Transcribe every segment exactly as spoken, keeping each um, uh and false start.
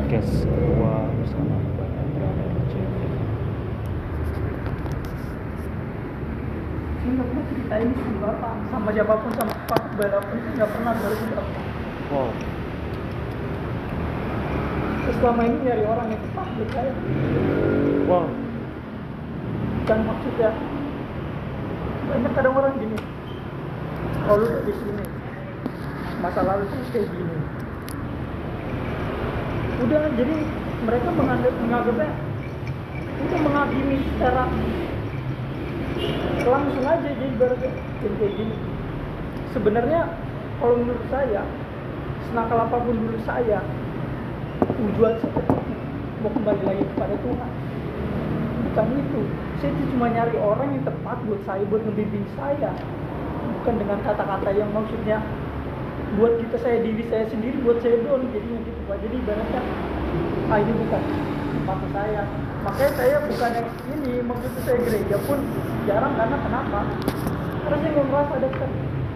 podcast gua bersama Bapak R C. Saya nggak pernah ceritain sama bapak, sama siapapun, sama pak berapapun, saya nggak pernah baru bapak. Wow. Saya selama ini nyari orang yang tepat buat saya. Wow. Bukan maksudnya banyak kadang orang gini, oh lu di sini, masa lalu tuh kayak gini. Udah, jadi mereka menganggap menganggapnya udah menghakimi secara langsung aja, jadi ibaratnya jadi kayak gini. Sebenarnya kalau menurut saya, senakal apapun dulu saya, tujuan saya mau kembali lagi kepada Tuhan. Bukan itu. Saya itu cuma nyari orang yang tepat buat saya, buat membimbing saya. Bukan dengan kata-kata yang maksudnya buat kita, saya diri saya sendiri, buat saya doang, jadinya gitu Pak. Jadi ibaratnya ah ini bukan tempat saya. Makanya saya bukan yang ini, maksudnya saya gereja pun jarang. Karena kenapa? Karena saya nggak merasa dekat.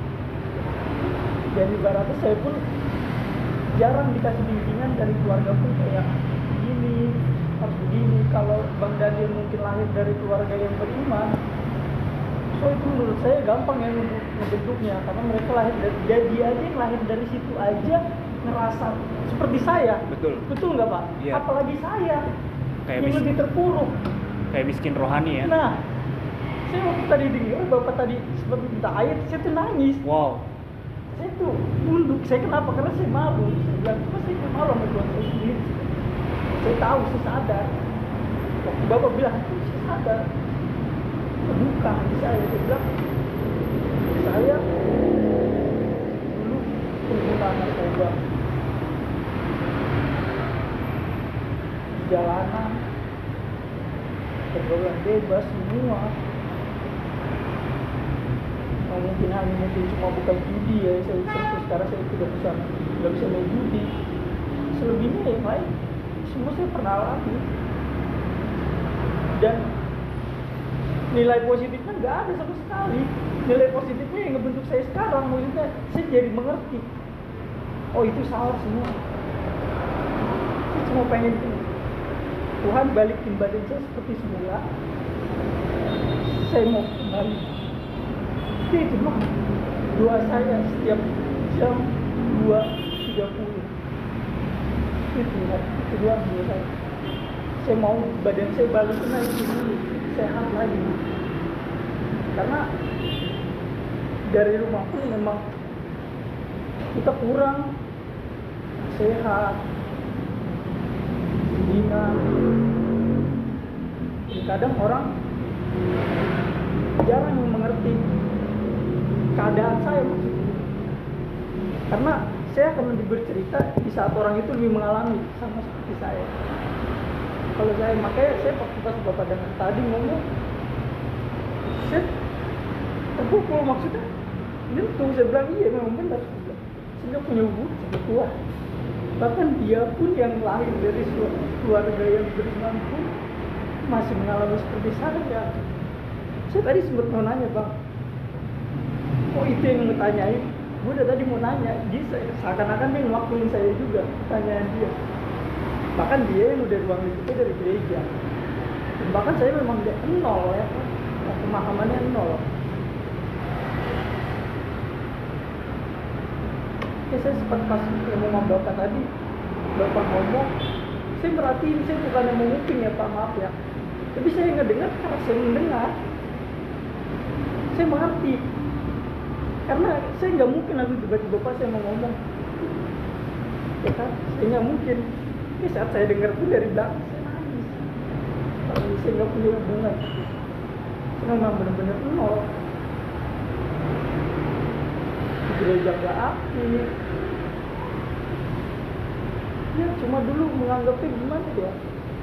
Dan ibaratnya saya pun jarang dikasih bimbingan dari keluarga pun kayak begini, harus begini. Kalau Bang Daniel mungkin lahir dari keluarga yang beriman, so itu menurut saya gampang ya ngebentuknya, karena mereka lahir dari dia, dia aja yang lahir dari situ aja ngerasa seperti saya. Betul. Betul nggak Pak? Iya. Apalagi saya Kayak yang miskin, lebih terpuruk. kayak miskin rohani ya. Nah, saya waktu tadi dengar Bapak tadi seperti minta air, saya tuh nangis. Wow. Saya tuh tunduk. Saya kenapa? Karena saya malu. Saya bilang, cuma saya nggak malu sama Tuhan saya sendiri. Saya tahu, saya sadar. Waktu Bapak bilang, saya sadar. Terbuka hati saya. Saya bilang, saya dulu pengguna narkoba di jalanan, pergaulan bebas semua. Oh, mungkin hanya mungkin cuma bukan judi ya, saya sentuh sekarang saya tidak bisa tidak bisa main judi. Selebihnya yang lain semua saya pernah alami. Dan nilai positifnya nggak ada sama sekali. Nilai positifnya yang ngebentuk saya sekarang, maksudnya saya jadi mengerti. Oh itu salah semua. Saya cuma pengen Tuhan balikin badan saya seperti semula. Saya mau kembali. Itu mah doa saya setiap jam dua tiga puluh. Itu itu doang doa saya. Saya mau badan saya balik lagi dulu, sehat lagi. Karena dari rumah pun memang kita kurang sehat, dingin. Kadang orang jarang yang mengerti keadaan saya maksudnya. Karena saya akan lebih bercerita di saat orang itu lebih mengalami sama seperti saya. Kalau saya, makanya saya waktu pas Bapak dengan tadi ngomong, saya terpukul maksudnya. Itu saya bilang iya memang benar. Saya nggak punya hubungan sama Tuhan. Bahkan dia pun yang lahir dari keluarga yang beriman pun masih mengalami seperti saya. Saya tadi sempat mau nanya Bang, oh itu yang ngetanyain, gue udah tadi mau nanya, dia seakan-akan dia ngelakuin saya juga pertanyaan dia. Bahkan dia yang udah ruang lingkupnya dari gereja. Dan bahkan saya memang dia nol ya, pemahamannya nol. Ya saya sempat pas ngomong sama Bapak tadi, Bapak ngomong, saya merhatiin, saya bukan yang mau nguping ya Pak, maaf ya. Tapi saya ngedengar karena saya mendengar. Saya mengerti. Karena saya nggak mungkin langsung tiba-tiba Bapak saya mau ngomong. Ya kan, saya nggak mungkin. Ya saat saya dengar pun dari belakang saya nangis. Kalau saya nggak punya hubungan, saya memang benar-benar nol. Di gereja nggak aktif. Ya cuma dulu menganggapnya gimana ya?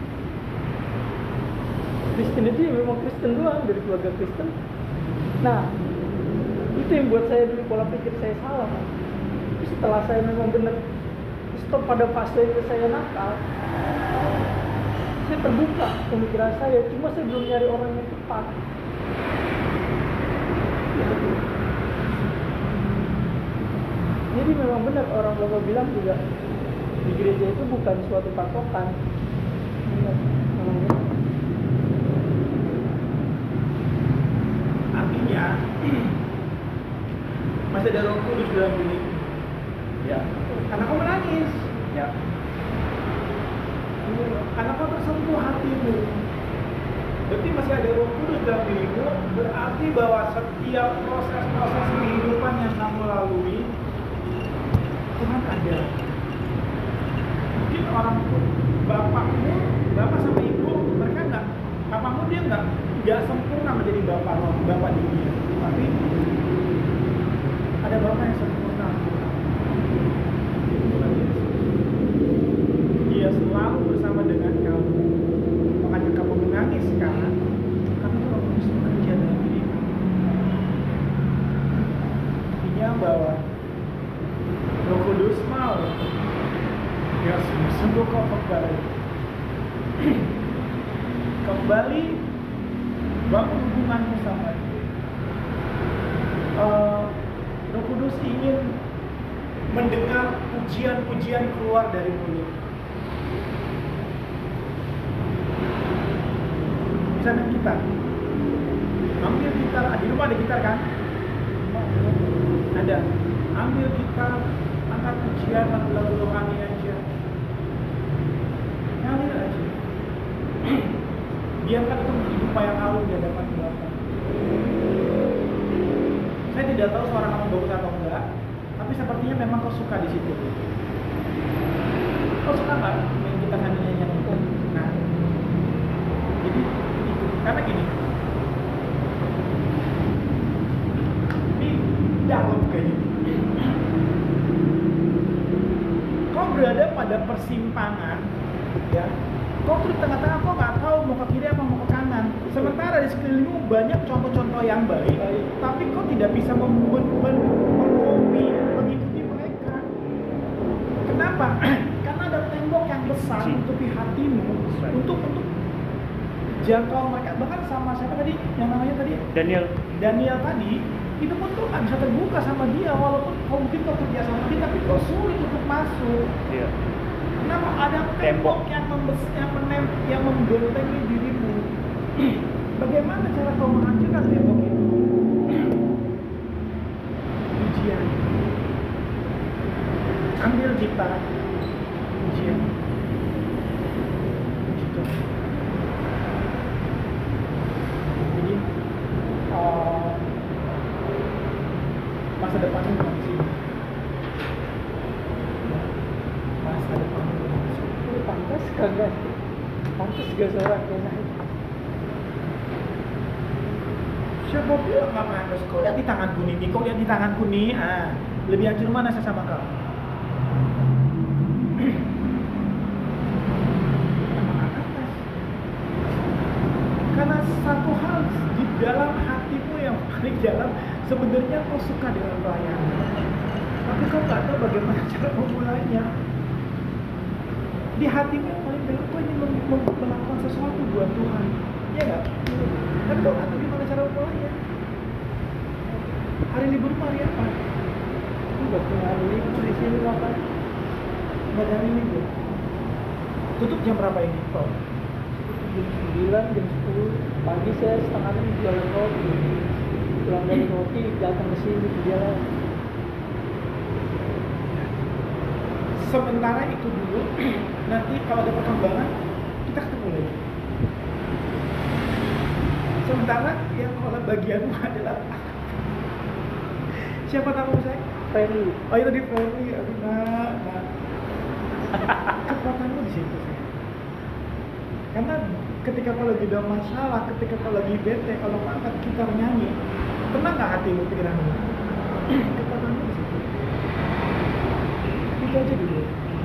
Kristen itu ya memang Kristen doang, dari keluarga Kristen. Nah, itu yang buat saya dulu pola pikir saya salah. Tapi setelah saya memang benar stop pada fase itu saya nakal, saya terbuka pemikiran saya, cuma saya belum nyari orang yang tepat. Jadi memang benar orang Bapak bilang juga, Di gereja itu bukan suatu patokan. Ingat, namanya. Artinya masih ada Roh Kudus dalam diri. Ya. Karena kau menangis, Ya. karena kau tersentuh hatimu. Berarti masih ada Roh Kudus dalam dirimu. Berarti bahwa setiap proses-proses kehidupan yang kamu lalui, Tuhan ada. Mungkin orang tua, bapakmu, bapak sama ibu, mereka nggak, papamu dia nggak nggak sempurna menjadi bapak loh, bapak di dunia. Tapi ada bapak yang sempurna. Dia selalu bersama dengan kamu. Makanya kamu menangis sekarang, karena itu Roh Kudus bekerja dalam dirimu. Artinya bahwa Roh Kudus mau ya sungguh kau kembali kembali bangun hubunganmu sama dia. Uh, Roh Kudus ingin mendengar pujian-pujian keluar dari mulut. Misalnya gitar, ambil gitar, di rumah ada gitar kan? Ada. Ambil gitar, angkat pujian lagu-lagu rohani aja, ngalir aja. Biarkan itu menjadi upaya yang harum di hadapan Bapa. Saya tidak tahu suara kamu bagus atau enggak, tapi sepertinya memang kau suka di situ. Kau suka nggak main gitar sambil nyanyi? Nah, jadi itu karena gini, ini dalam kayaknya. Kau berada pada persimpangan, ya. Kau tuh di tengah-tengah, kau nggak tahu mau ke kiri apa mau ke kanan. Sementara di sekelilingmu banyak contoh-contoh yang baik, baik. Tapi kau tidak bisa membuat mengkopi, mengikuti mereka. Kenapa? Karena ada tembok yang besar menutupi hatimu untuk untuk jangkau mereka. Bahkan sama siapa tadi? Yang namanya tadi? Daniel. Daniel tadi. Itu pun tuh nggak bisa terbuka sama dia, walaupun kau mungkin kau kerja sama dia, tapi kau sulit untuk masuk. Iya. Kenapa? Ada tembok yang membes, yang menem, yang membentengi dirimu. Bagaimana cara kau menghancurkan tembok itu? Ujian. Ambil gitar, ujian. Gitu. Jadi, uh, masa depannya bukan di sini. Masa depannya bukan di sini. Itu pantas kagak? Pantas gak seorang kayak saya? Siapa bilang nggak pantas? Kau lihat di tanganku nih, kau lihat di tanganku nih. Ah, lebih hancur mana saya sama kau? Karena satu hal di dalam hatimu yang paling dalam, sebenarnya kau suka dengan pelayanan, tapi kau nggak tahu bagaimana cara memulainya. Di hatimu yang paling dalam, kau ingin mem- mem- melakukan sesuatu buat Tuhan, ya nggak? Tapi kau nggak tahu gimana cara memulainya. Hari libur hari apa? Nggak punya hari libur di sini makan. Nggak ada hari libur. Tutup jam berapa ini? Kau? Jam sembilan, jam sepuluh pagi saya setengah enam jualan roti. Pulang dari roti datang ke sini ke jalan. Sementara itu dulu, nanti kalau ada perkembangan kita ketemu lagi. Sementara yang kalau bagianmu adalah siapa tahu saya? Friendly. Oh itu di friendly, aduh nah, nah. Kekuatanmu di situ saya. Karena ketika kau lagi ada masalah, ketika kau lagi bete, kalau kau angkat gitar nyanyi, tenang nggak hatimu, pikiranmu? Kekuatanmu di situ. Itu aja dulu.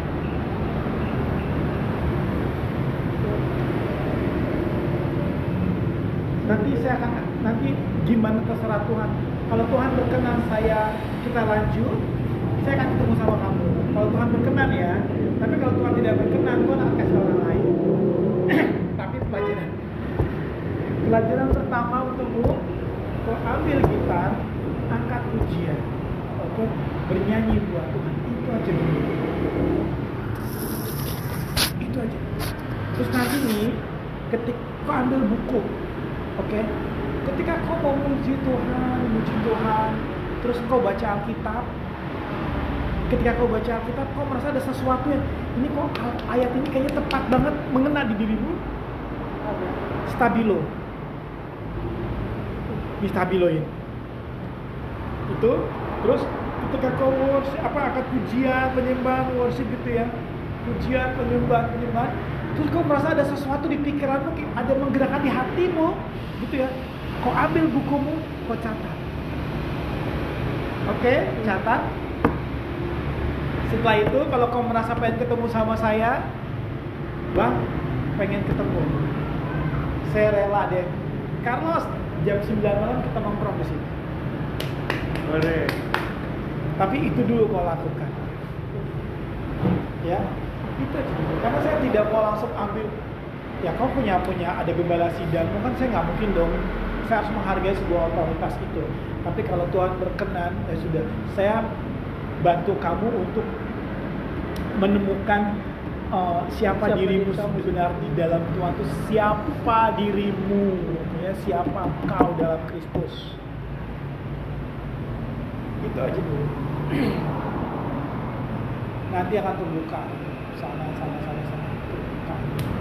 Nanti saya akan nanti gimana terserah Tuhan. Kalau Tuhan berkenan saya kita lanjut, saya akan ketemu sama kamu. Kalau Tuhan berkenan ya. Tapi kalau Tuhan tidak berkenan, Tuhan akan kasih orang lain. Tapi pelajaran pelajaran pertama untukmu, kau ambil gitar, angkat pujian, oke, bernyanyi buat Tuhan. Itu aja dulu. ketika kau ambil buku, oke? Ketika kau mau memuji Tuhan, memuji Tuhan, terus kau baca Alkitab, ketika kau baca Alkitab, kau merasa ada sesuatu yang ini kok ayat ini kayaknya tepat banget mengena di dirimu. Stabilo, distabiloin. Itu, terus ketika kau worship, apa akad pujian, penyembahan, worship gitu ya, pujian, penyembahan, penyembahan, terus kau merasa ada sesuatu di pikiranmu, ada menggerakkan di hatimu, gitu ya. Kau ambil bukumu, kau catat. Oke, catat. Setelah itu, kalau kau merasa pengen ketemu sama saya, Bang, pengen ketemu. Saya rela deh. Carlos, jam sembilan malam kita nongkrong di sini. Boleh. Tapi itu dulu kau lakukan. Ya, itu aja dulu. Karena saya tidak mau langsung ambil. Ya, kau punya punya ada gembala sidang, kan saya nggak mungkin dong. Saya harus menghargai sebuah otoritas itu. Tapi kalau Tuhan berkenan, ya sudah. Saya bantu kamu untuk menemukan uh, siapa, siapa dirimu sebenarnya di dalam Tuhan itu. Siapa dirimu, ya, siapa kau dalam Kristus. Itu aja dulu. Nanti akan terbuka sana sana sana sana terbuka.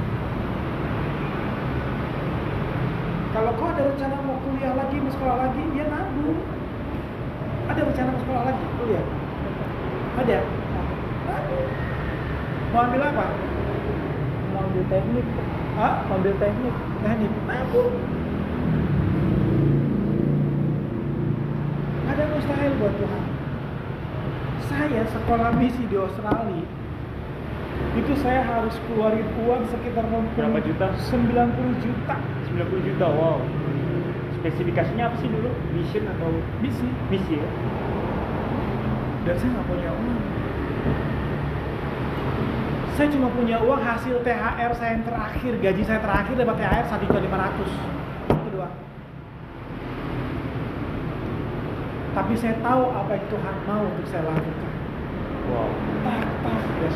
Kalau kau ada rencana mau kuliah lagi, mau sekolah lagi, ya nabung. Ada rencana mau sekolah lagi, kuliah? Ada? Nabung. Mau ambil apa? Mau ambil teknik. Hah? Mau ambil teknik. Teknik. Nabung. Ada mustahil buat Tuhan. Saya sekolah misi di Australia, itu saya harus keluarin uang sekitar berapa juta? sembilan puluh juta. sembilan puluh juta, wow. Spesifikasinya apa sih dulu? Mission atau Misi. misi ya? Dan saya nggak punya uang. Saya cuma punya uang hasil T H R saya yang terakhir, gaji saya terakhir dapat T H R satu juta lima ratus ribu. Itu doang. Tapi saya tahu apa yang Tuhan mau untuk saya lakukan. Wow. Tak, tak, biasa.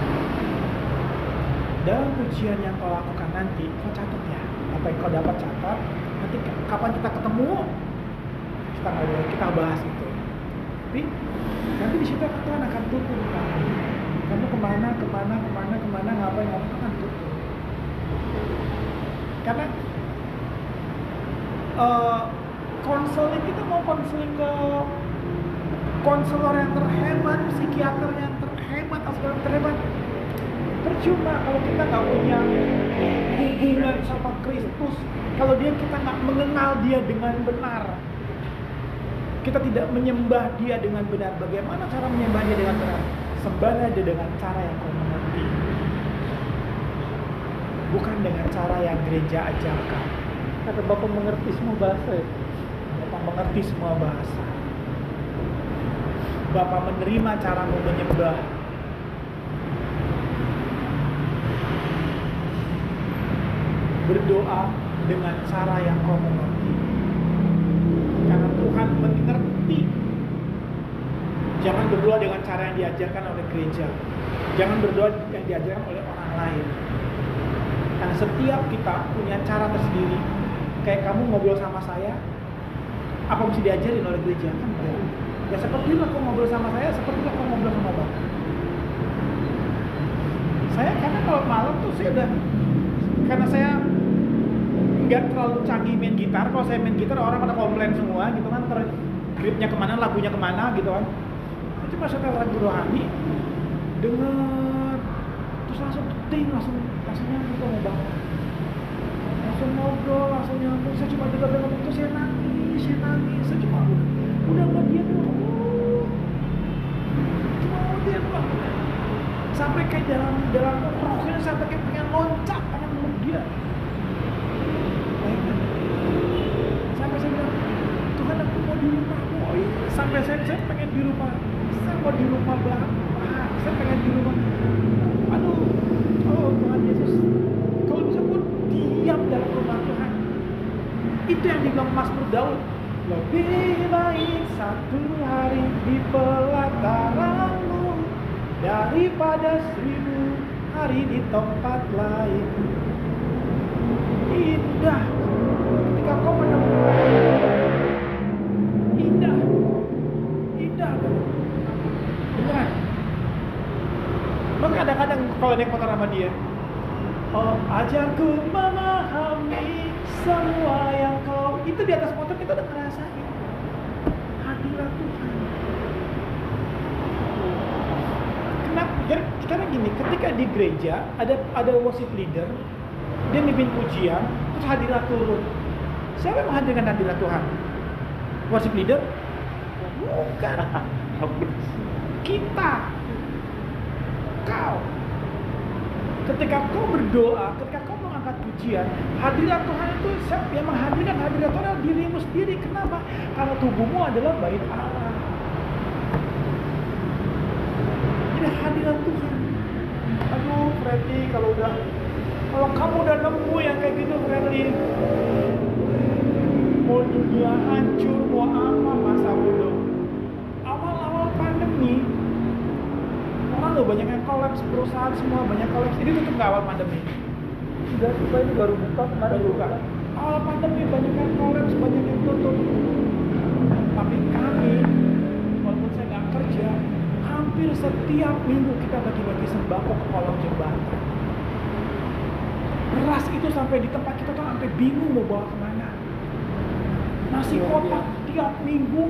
Dalam pujian yang kau lakukan nanti, kau catat ya. Apa yang kau dapat catat. Nanti kapan kita ketemu, kita ngobrol, kita bahas itu. Tapi nanti di situ Tuhan akan tutup kamu. Kamu kemana, kemana, kemana, kemana, ngapain, ngapain akan tutup. Karena uh, konseling kita mau konseling ke konselor yang terhebat, psikiater yang terhebat, asal terhebat. Percuma kalau kita nggak punya hubungan sama Kristus, kalau dia kita nggak mengenal dia dengan benar, kita tidak menyembah dia dengan benar. Bagaimana cara menyembah dia dengan benar? Sembahlah dia dengan cara yang kau mengerti, bukan dengan cara yang gereja ajarkan. Kata Bapak mengerti semua bahasa ya? Bapak mengerti semua bahasa. Bapak menerima caramu menyembah. Berdoa dengan cara yang kau mengerti. Karena Tuhan mengerti. Jangan berdoa dengan cara yang diajarkan oleh gereja. Jangan berdoa yang diajarkan oleh orang lain. Karena setiap kita punya cara tersendiri. Kayak kamu ngobrol sama saya, apa mesti diajarin oleh gereja? Kan enggak. Ya seperti lah kau ngobrol sama saya, seperti lah kau ngobrol sama Bapak. Saya karena kalau malam tuh saya udah, karena saya nggak terlalu canggih main gitar. Kalau saya main gitar orang pada komplain semua gitu kan, ter gripnya kemana, lagunya kemana gitu kan. Cuma setelah lagu rohani denger terus langsung ting, langsung langsung nyambung sama Bapak, langsung ngobrol, langsung nyambung. Saya cuma dengar dengar itu saya nangis, saya nangis. Saya cuma udah udah nggak dia doang, cuma dia doang. Sampai kayak dalam dalam rohnya sampai kayak pengen loncat, pengen meluk dia. Sampai saya bilang, Tuhan aku mau di rumahmu. Oh iya. Sampai saya, saya pengen di rumah. Saya mau di rumah Bapak. Saya pengen di rumah. Aduh, oh Tuhan Yesus. Kalau bisa pun diam dalam rumah Tuhan. Itu yang dibilang Mazmur Daud. Lebih baik satu hari di pelataranmu daripada seribu hari di tempat lain. indah. Ketika kau menemukan indah, indah banget. Beneran. Maka kadang-kadang kalau naik motor sama dia, oh ajarku memahami semua yang kau, itu di atas motor kita udah ngerasain hadirat Tuhan. Kenapa? Jadi karena gini, ketika di gereja ada ada worship leader, dia mimpin pujian, terus hadirat turun. Siapa yang menghadirkan hadirat Tuhan? Worship leader? Bukan. Kita. Kau. Ketika kau berdoa, ketika kau mengangkat pujian, hadirat Tuhan itu siapa yang menghadirkan hadirat Tuhan adalah dirimu sendiri. Kenapa? Karena tubuhmu adalah bait Allah. Jadi hadirat Tuhan. Aduh, Freddy, kalau udah kalau kamu udah nemu yang kayak gitu, Freddy, mau dunia hancur, mau apa, masa bodoh. Awal-awal pandemi, orang loh banyak yang kolaps, perusahaan semua banyak kolaps. Ini tutup nggak awal pandemi? Enggak, supaya ini baru buka kemarin. Baru buka. Awal pandemi banyak yang kolaps, banyak yang tutup. Tapi kami, walaupun saya nggak kerja, hampir setiap minggu kita bagi-bagi sembako ke kolong jembatan. Beras itu sampai di tempat kita tuh sampai bingung mau bawa kemana. Nasi kotak tiap minggu.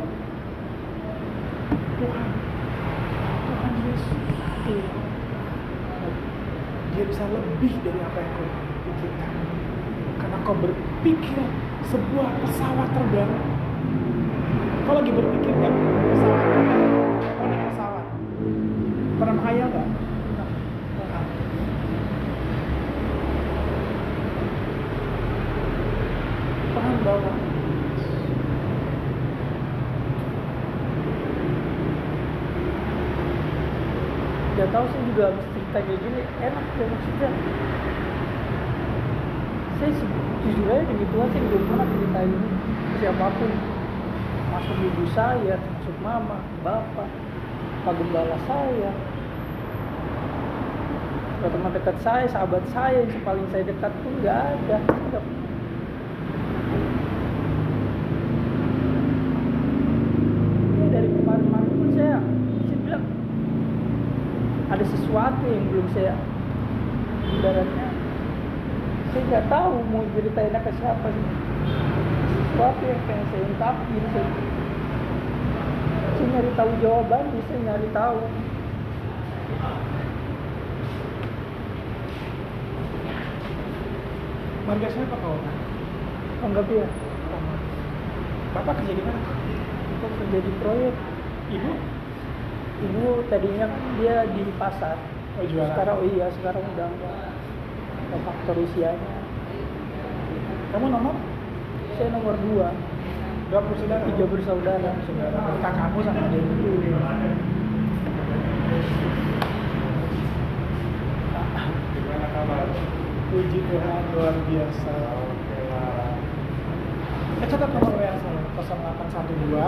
Tuhan, Tuhan Yesus, Dia bisa lebih dari apa yang kau pikirkan. Karena kau berpikir sebuah pesawat terbang. Kau lagi berpikir nggak pesawat terbang? Kau naik pesawat. Pernah menghayal nggak? Tuhan bawa. Gak tahu sih juga habis cerita kayak gini enak ya maksudnya. Saya jujur aja demi Tuhan saya belum pernah cerita ini siapapun, masuk ibu saya, masuk mama, bapak, pak gembala saya, teman dekat saya, sahabat saya yang paling saya dekat pun nggak ada. Gak. Ya dari kemarin-kemarin pun saya, saya bilang ada sesuatu yang belum saya ibaratnya saya nggak tahu mau ceritain ke siapa sih, sesuatu yang pengen saya ungkapin. Saya, saya nyari tahu jawaban, saya nyari tahu. Marga siapa kau? Anggap ya, Bapak kerja di mana? aku kerja di proyek. Ibu? Ibu tadinya dia di pasar. Oh, jualan. Sekarang oh iya sekarang udah enggak. Ada faktor usianya. Kamu nomor? Saya nomor dua. Dua bersaudara? Tiga bersaudara. Saudara. Kakakmu sama dia. Gimana kabar? Puji Tuhan, luar biasa. Oke lah. Kita catat nomor W A saya nol delapan satu dua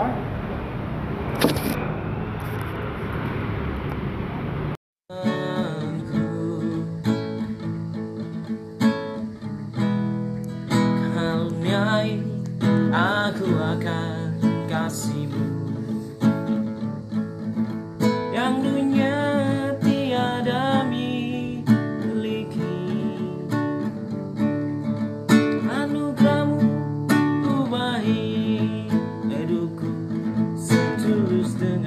Karuniai aku akan kasihmu yang dunia tiada miliki. Anugerahmu ubahi hidupku setulus dengan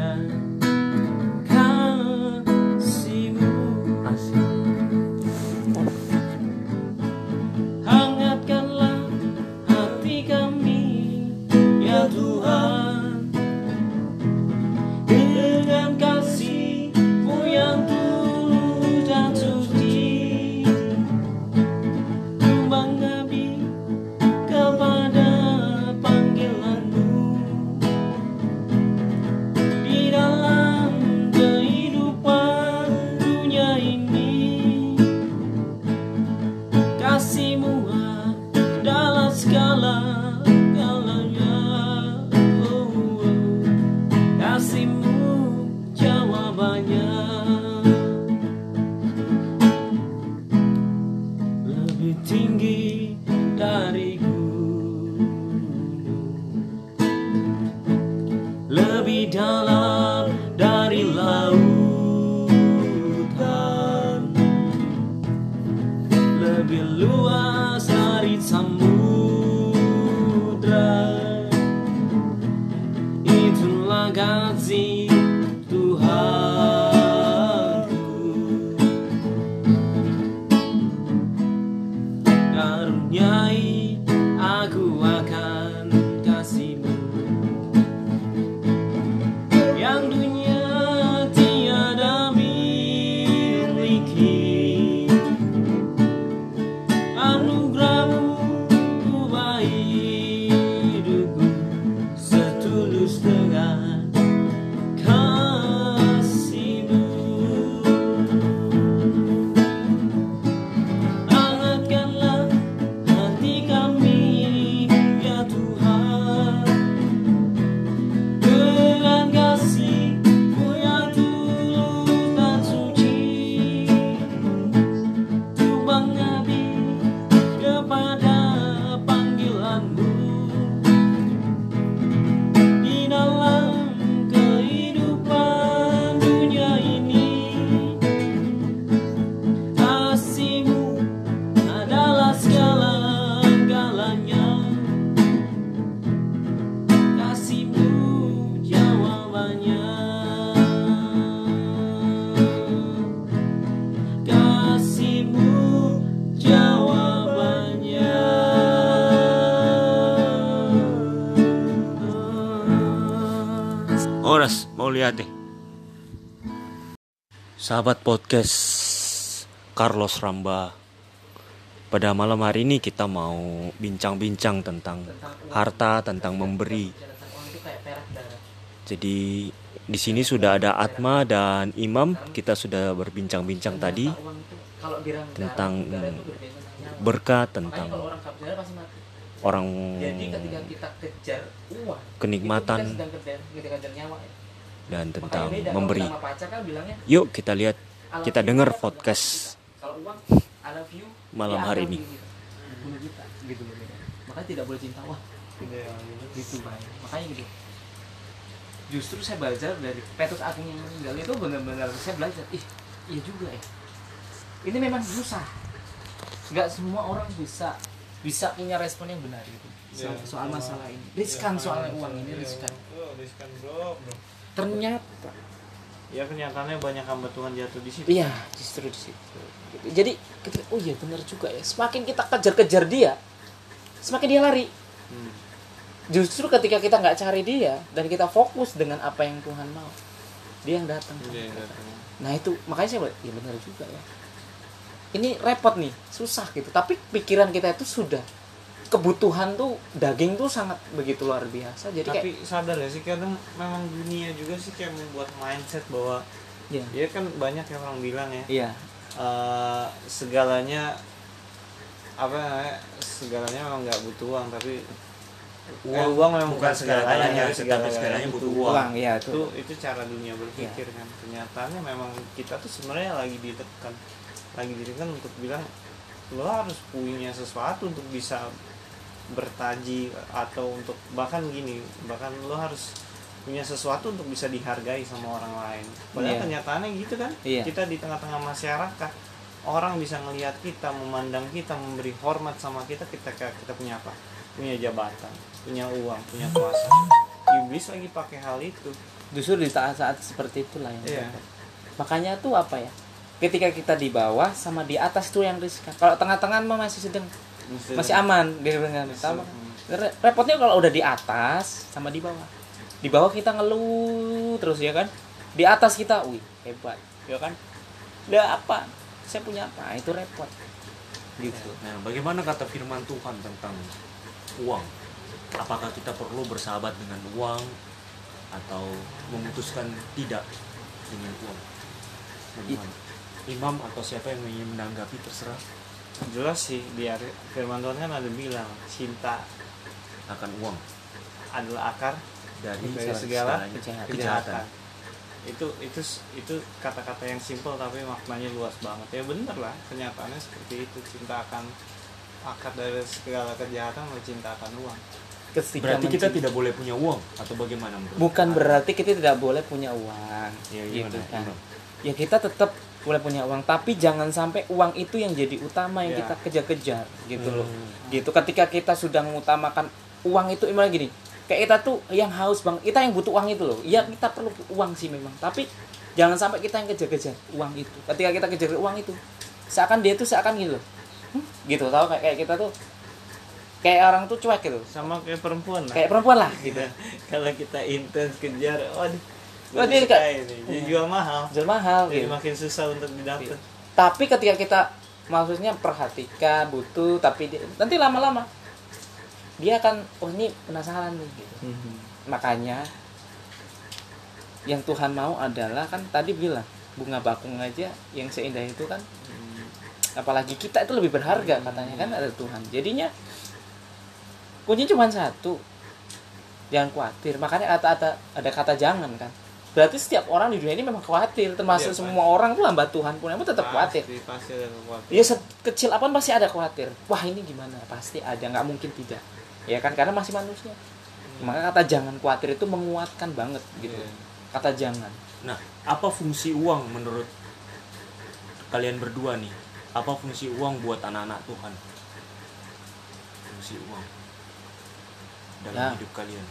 Sahabat podcast Carlos Ramba, pada malam hari ini kita mau bincang-bincang tentang harta, tentang memberi. Jadi di sini sudah ada Atma dan Imam. Kita sudah berbincang-bincang tadi tentang berkat, tentang orang, kenikmatan, dan tentang memberi. Yuk kita lihat, kita dengar podcast malam hari ini. Makanya tidak boleh cinta wah. Gitu makanya gitu. Justru saya belajar dari Petrus Agung yang meninggal itu benar-benar saya belajar. Ih, iya juga ya. Ini memang susah. Nggak semua orang bisa bisa punya respon yang benar gitu. So, soal masalah ini. Riskan soalnya uang ini riskan. Riskan bro, bro. Ternyata Ya kenyataannya banyak hamba Tuhan jatuh di situ. iya, justru di situ. Gitu. Jadi ketika, oh iya benar juga ya. Semakin kita kejar-kejar dia, semakin dia lari. Hmm. Justru ketika kita nggak cari dia dan kita fokus dengan apa yang Tuhan mau, dia yang datang. Dia yang datang. Nah itu makanya saya bilang, ya benar juga ya. Ini repot nih, susah gitu. Tapi pikiran kita itu sudah kebutuhan tuh daging tuh sangat begitu luar biasa. Jadi Tapi kayak sadar ya sih, kadang memang dunia juga sih kayak membuat mindset bahwa ya, ya kan banyak yang orang bilang ya, iya, eh, segalanya apa namanya, segalanya memang nggak butuh uang, tapi Uang, eh, uang memang bukan segalanya, tapi tetapi segalanya butuh uang. uang ya itu itu. itu cara dunia berpikir kan. Kenyataannya memang kita tuh sebenarnya lagi ditekan lagi ditekan untuk bilang lo harus punya sesuatu untuk bisa bertaji, atau untuk bahkan gini, bahkan lo harus punya sesuatu untuk bisa dihargai sama orang lain. Padahal Iya. kenyataannya gitu kan. Iya. Kita di tengah-tengah masyarakat, orang bisa ngelihat kita, memandang kita, memberi hormat sama kita, kita kita punya apa? Punya jabatan, punya uang, punya kuasa. Iblis lagi pakai hal itu. Justru di saat-saat seperti itulah yang Iya. repot. Makanya tuh apa ya? Ketika kita di bawah sama di atas tuh yang riskan. Kalau tengah-tengah mah masih sedang masih aman dia dengan sama. Re- Repotnya kalau udah di atas sama di bawah. Di bawah kita ngeluh terus ya kan. Di atas kita, wih hebat, ya kan. Udah apa? Saya punya apa? Itu repot. Gitu. Nah, bagaimana kata firman Tuhan tentang uang? Apakah kita perlu bersahabat dengan uang atau memutuskan tidak dengan uang? Bagaimana? Imam atau siapa yang ingin menanggapi, terserah. Jelas sih, di firman Tuhan kan ada bilang cinta Akan uang adalah akar dari, dari segala, segala kejahatan. kejahatan. Itu itu itu kata-kata yang simpel tapi maknanya luas banget. Ya bener lah, kenyataannya seperti itu. Cinta akan akar dari segala kejahatan, atau cinta akan uang. Ketika Berarti kita mencintai- tidak boleh punya uang atau bagaimana menurut? bukan berarti kita tidak boleh punya uang. Ya, gitu gimana, kan. Imam? Ya kita tetap boleh punya uang, tapi jangan sampai uang itu yang jadi utama yang Ya. kita kejar-kejar gitu loh. Hmm. Gitu ketika kita sudah mengutamakan uang itu, emang gini, kayak kita tuh yang haus bang, kita yang butuh uang itu loh. Iya kita perlu uang sih memang, tapi jangan sampai kita yang kejar-kejar uang itu. Ketika kita kejar uang itu, seakan dia tuh seakan gitu loh, Hmm, gitu tahu kayak kayak kita tuh kayak orang tuh cuek gitu, Sama kayak perempuan lah. kayak perempuan lah gitu. Kalau kita intens kejar, waduh, Oh, dia suka kayak- ini. Dia jual mahal. Jual mahal Jadi gitu. makin susah untuk didapat. Tapi ketika kita maksudnya perhatikan, butuh, tapi dia, nanti lama-lama dia akan, oh ini penasaran nih gitu. Makanya yang Tuhan mau adalah kan tadi bilang bunga bakung aja yang seindah itu kan, apalagi kita itu lebih berharga katanya kan, ada Tuhan. Jadinya kuncinya cuma satu, jangan khawatir. Makanya kata ada ada kata jangan kan. Berarti setiap orang di dunia ini memang khawatir, termasuk Iya, semua orang tuh hamba Tuhan pun, emang tetap khawatir. Pasti, pasti ada khawatir. Ya sekecil apapun pasti ada khawatir. Wah ini gimana? Pasti ada, nggak mungkin tidak. Ya kan, karena masih manusia. Maka kata jangan khawatir itu menguatkan banget gitu. Iya. Kata jangan. Nah, apa fungsi uang menurut kalian berdua nih? Apa fungsi uang buat anak-anak Tuhan? Fungsi uang dalam Ya. hidup kalian.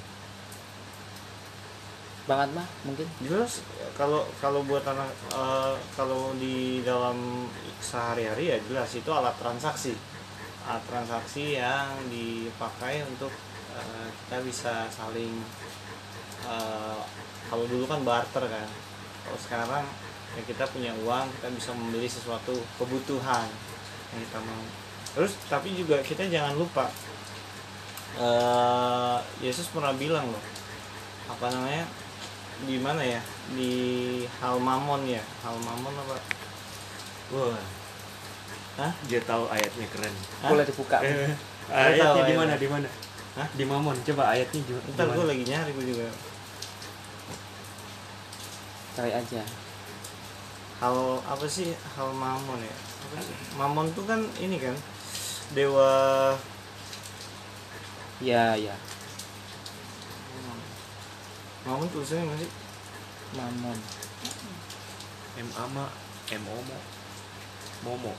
Banget mah mungkin. Jelas kalau kalau buat anak eh, kalau di dalam sehari-hari ya jelas itu alat transaksi. Alat transaksi yang dipakai untuk eh, kita bisa saling eh, kalau dulu kan barter kan. Kalau sekarang ya kita punya uang, kita bisa membeli sesuatu kebutuhan yang kita mau. Terus tapi juga kita jangan lupa uh, Yesus pernah bilang loh, apa namanya, di mana ya, di hal mamon ya, hal mamon apa? Wah, Hah? dia tahu ayatnya keren. Hah? Boleh dibuka. Eh, tahu ayatnya di mana ayatnya. di mana? Hah? Di Mamon. Coba ayatnya di di Ntar gue mana? lagi nyari gue juga. Cari aja. Hal apa sih hal mamon ya? Apa sih? Mamon tuh kan ini kan dewa. Ya, ya. Mamon tulisannya mana sih? Mamon. M ama M omo Momo.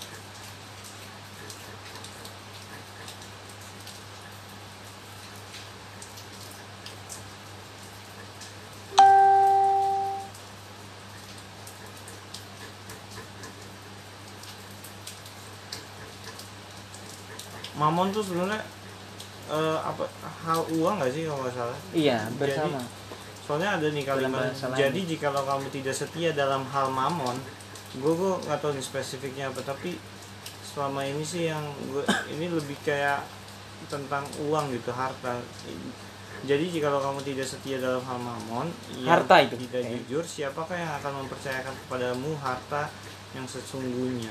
Mamon tuh sebenarnya eh, apa hal uang nggak sih kalau nggak salah? Iya, bersama. Jadi, soalnya ada nih Dalam kalimat. bahasa lain. Jadi jikalau kamu tidak setia dalam hal mamon, gue gue nggak tahu nih spesifiknya apa, tapi selama ini sih yang gue ini lebih kayak tentang uang gitu, harta. Jadi jikalau kamu tidak setia dalam hal mamon, yang Harta itu. tidak Oke. jujur, siapakah yang akan mempercayakan kepadamu harta yang sesungguhnya?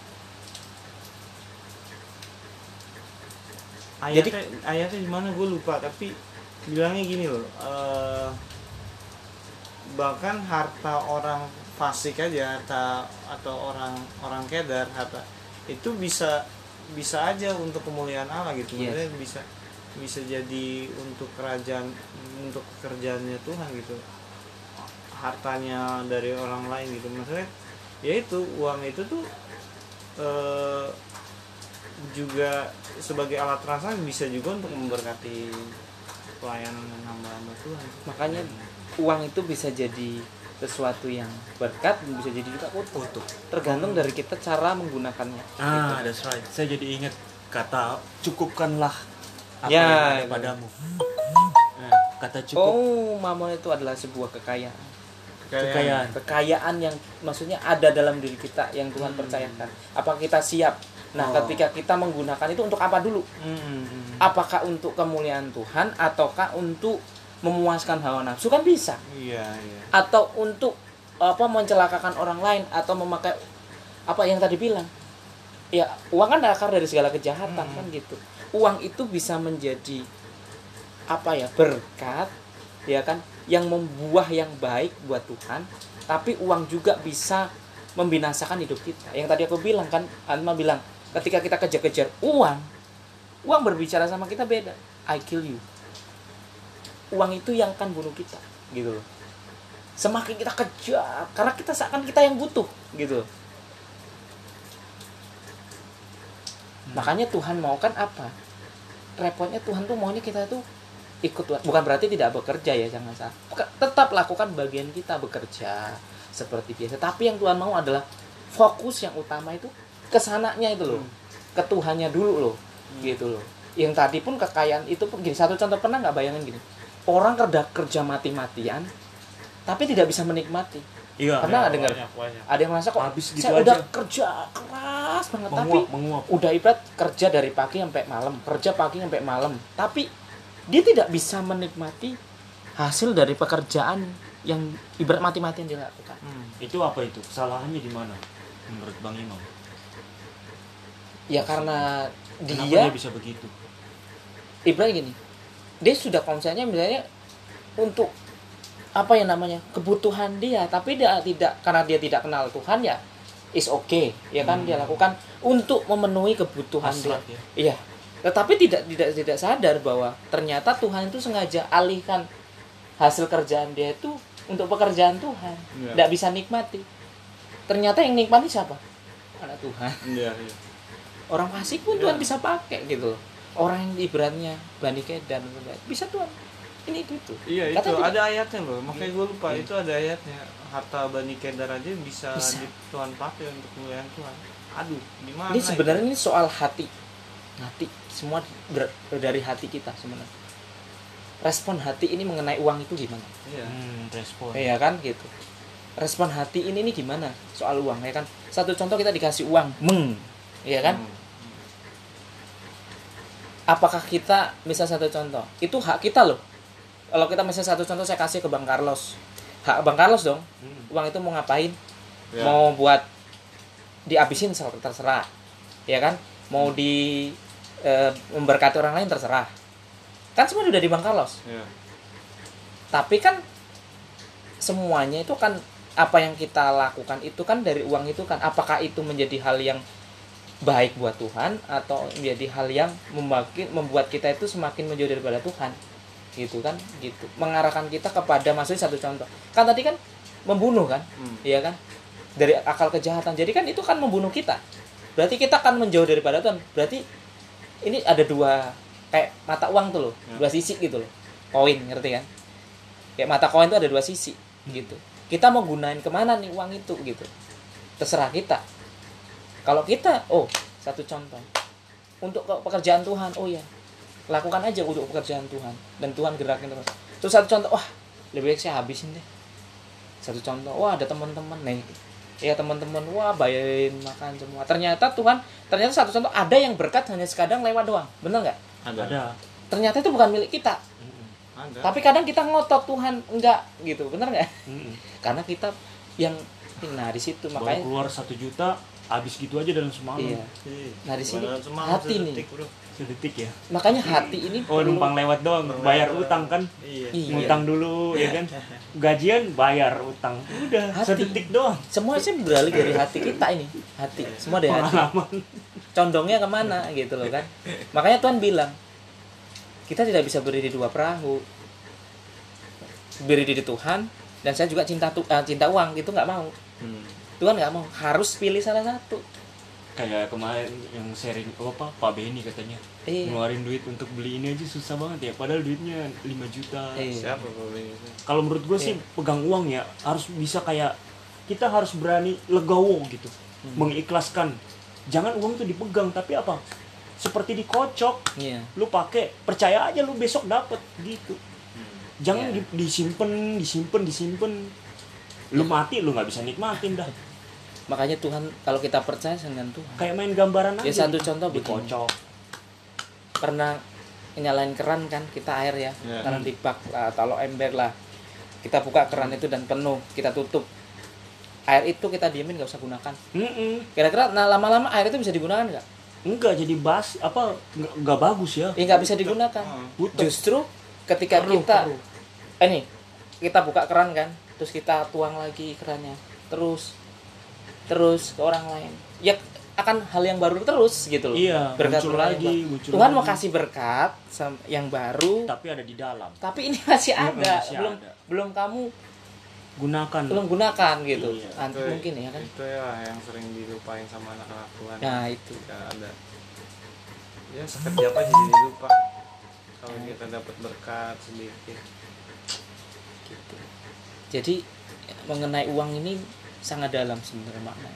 Ayatnya, ayatnya di mana gue lupa, tapi bilangnya gini loh, eh, bahkan harta orang fasik aja, harta atau orang orang kedar, harta itu bisa bisa aja untuk kemuliaan Allah gitu. Yes. Maksudnya bisa bisa jadi untuk kerajaan, untuk pekerjaannya Tuhan gitu, hartanya dari orang lain gitu. Maksudnya ya itu uang itu tuh eh, juga sebagai alat transaksi bisa juga untuk memberkati pelayanan dan hamba-hamba Tuhan. Makanya uang itu bisa jadi sesuatu yang berkat, bisa jadi juga kutuk. Kutuk. Tergantung dari kita cara menggunakannya. Ah, that's right. Saya jadi ingat kata cukupkanlah apa Ya, yang ada itu. padamu. Nah, kata cukup. Oh, mamon itu adalah sebuah kekayaan. Kekayaan. Kekayaan yang maksudnya ada dalam diri kita yang Tuhan percayakan. Apakah kita siap? Nah, Oh. ketika kita menggunakan itu untuk apa dulu? Hmm. Apakah untuk kemuliaan Tuhan ataukah untuk memuaskan hawa nafsu? Kan bisa. Iya, iya. Atau untuk apa mencelakakan orang lain atau memakai apa yang tadi bilang. Ya, uang kan akar dari segala kejahatan kan gitu. Uang itu bisa menjadi apa ya? Berkat, ya kan? Yang membuah yang baik buat Tuhan, tapi uang juga bisa membinasakan hidup kita. Yang tadi aku bilang kan, Alma bilang, ketika kita kejar-kejar uang, uang berbicara sama kita beda. I kill you. Uang itu yang akan bunuh kita, gitu loh. Semakin kita kejar, karena kita seakan kita yang butuh, gitu. Makanya Tuhan mau kan apa? Repotnya Tuhan tuh maunya kita tuh ikut, bukan berarti tidak bekerja ya, jangan salah. Tetap lakukan bagian kita, bekerja seperti biasa. Tapi yang Tuhan mau adalah fokus yang utama itu kesananya itu loh, ke Tuhannya dulu loh, gitu loh. Yang tadi pun kekayaan itu pun gini, satu contoh, pernah nggak bayangin gini, orang kerja kerja mati-matian, tapi tidak bisa menikmati. Iya. Pernah nggak Ya, dengar? banyak, banyak. Ada yang merasa kok Habis gitu saya aja. udah kerja keras banget, tapi Menguap, menguap. udah ibarat kerja dari pagi sampai malam, kerja pagi sampai malam, tapi dia tidak bisa menikmati hasil dari pekerjaan yang ibarat mati-matian dia lakukan. Hmm. Itu apa itu? Kesalahannya di mana menurut Bang Imam? Ya karena Kenapa dia dia bisa begitu? ibarat gini, dia sudah konsepnya misalnya untuk apa yang namanya kebutuhan dia, tapi dia tidak, karena dia tidak kenal Tuhan ya is okay, ya kan, Hmm. dia lakukan untuk memenuhi kebutuhan Hasrat dia. ya. Iya. Tetapi tidak tidak tidak sadar bahwa ternyata Tuhan itu sengaja alihkan hasil kerjaan dia itu untuk pekerjaan Tuhan. Iya. Tidak bisa nikmati. Ternyata yang nikmati siapa? Anak Tuhan. Iya, iya. Orang fasik pun Iya. Tuhan bisa pakai gitu loh. Orang yang ibaratnya Bani Kedan bisa Tuhan. Ini gitu. Iya, itu Katanya tidak- ada ayatnya loh. Makanya gue lupa, itu ada ayatnya. Harta Bani Kedar aja bisa, Bisa. di Tuhan pakai untuk kemuliaan Tuhan. Aduh, gimana? Ini sebenarnya ini soal hati. Hati, semua ber- dari hati kita sebenarnya. Respon hati ini mengenai uang itu gimana? Iya. Hmm, respon. Iya kan gitu. respon hati ini nih gimana soal uang ya kan. Satu contoh kita dikasih uang, meng, ya kan? Hmm. Apakah kita misal satu contoh, itu hak kita loh. Kalau kita misal satu contoh saya kasih ke Bang Carlos, hak Bang Carlos dong. Hmm. Uang itu mau ngapain? Ya. Mau buat dihabisin terserah, ya kan? Mau di e, memberkati orang lain terserah. Kan semua udah di Bang Carlos. Ya. Tapi kan semuanya itu kan apa yang kita lakukan itu kan dari uang itu kan, apakah itu menjadi hal yang baik buat Tuhan atau menjadi hal yang membuat membuat kita itu semakin menjauh daripada Tuhan, gitu kan? Gitu. Mengarahkan kita kepada, maksudnya satu contoh. Kan tadi kan membunuh kan? Hmm. Iya kan? Dari akal kejahatan. Jadi kan itu kan membunuh kita. Berarti kita kan menjauh daripada Tuhan. Berarti ini ada dua kayak mata uang tuh loh, Ya. dua sisi gitu loh. Koin, ngerti kan? Kayak mata koin itu ada dua sisi gitu. Kita mau gunain kemana nih uang itu gitu, terserah kita. Kalau kita, oh satu contoh untuk pekerjaan Tuhan, oh ya lakukan aja untuk pekerjaan Tuhan dan Tuhan gerakin terus. Terus satu contoh, wah lebih baik saya habisin deh. Satu contoh, wah ada teman-teman nih, ya teman-teman, wah bayarin makan semua. Ternyata Tuhan, ternyata satu contoh ada yang berkat hanya sekadang lewat doang, bener nggak? Ada. Ternyata itu bukan milik kita. Ada. Tapi kadang kita ngotot Tuhan enggak gitu, bener nggak? Mm-mm. Karena kita yang, nah di situ Baru makanya, keluar satu juta, habis gitu aja dalam semalam. iya. Ih, Nah, di sini padahal semalam hati nih. sedetik, bro. Sedetik ya. Makanya hati ini Oh, perlu- numpang lewat doang, bayar utang kan. Iya. Iya. Ngutang dulu ya kan. Gajian bayar utang. Udah, Hati. sedetik doang. semua sih beralih dari hati kita ini, hati, semua dari hati. Pengalaman. Condongnya kemana gitu loh kan? Makanya Tuhan bilang kita tidak bisa berdiri di dua perahu, berdiri di Tuhan dan saya juga cinta tu, uh, cinta uang, itu nggak mau. Hmm. Tuhan nggak mau, harus pilih salah satu. Kayak kemarin yang sharing oh, apa Pak Benny katanya Iya. ngeluarin duit untuk beli ini aja susah banget ya, padahal duitnya lima juta. Iya. Siapa problem itu? Kalau menurut gue sih pegang uang ya harus bisa kayak kita harus berani legowo gitu, Hmm. mengikhlaskan. Jangan uang itu dipegang tapi apa? Seperti dikocok, Iya. lu pakai, percaya aja lu besok dapet gitu. Jangan Iya. di- disimpen, disimpen, disimpen. Lu mati lu nggak bisa nikmatin dah. Makanya Tuhan, kalau kita percaya dengan Tuhan, Kayak main gambaran ya aja. satu contoh begini. dikocok. Pernah nyalain keran kan, kita air ya, Ya. taruh di bak lah, taruh ember lah, kita buka keran itu dan penuh, kita tutup, air itu kita diemin, nggak usah gunakan. Mm-mm. Kira-kira nah lama-lama air itu bisa digunakan nggak? Enggak jadi bas apa nggak nggak bagus ya. Ya nggak bisa digunakan. Butuh. Justru ketika Keruh, kita keruh. eh nih kita buka keran kan, terus kita tuang lagi kerannya, terus terus ke orang lain, ya akan hal yang baru terus gitu loh. Iya, berkat muncul Tuhan lagi, yang baru. muncul Tuhan mau lagi. kasih berkat sam- yang baru, Tapi ada di dalam. tapi ini masih Mm, ada, masih belum ada. belum kamu Gunakan. belum gunakan gitu. Iya. Nanti Itu- mungkin ya kan. Itu ya yang sering dilupain sama anak-anak Tuhan. Nah itu. Tidak ada. Ya sekejap aja jadi lupa. Kalau kita dapat berkat sedikit. Gitu. Jadi mengenai uang ini sangat dalam sebenarnya makna.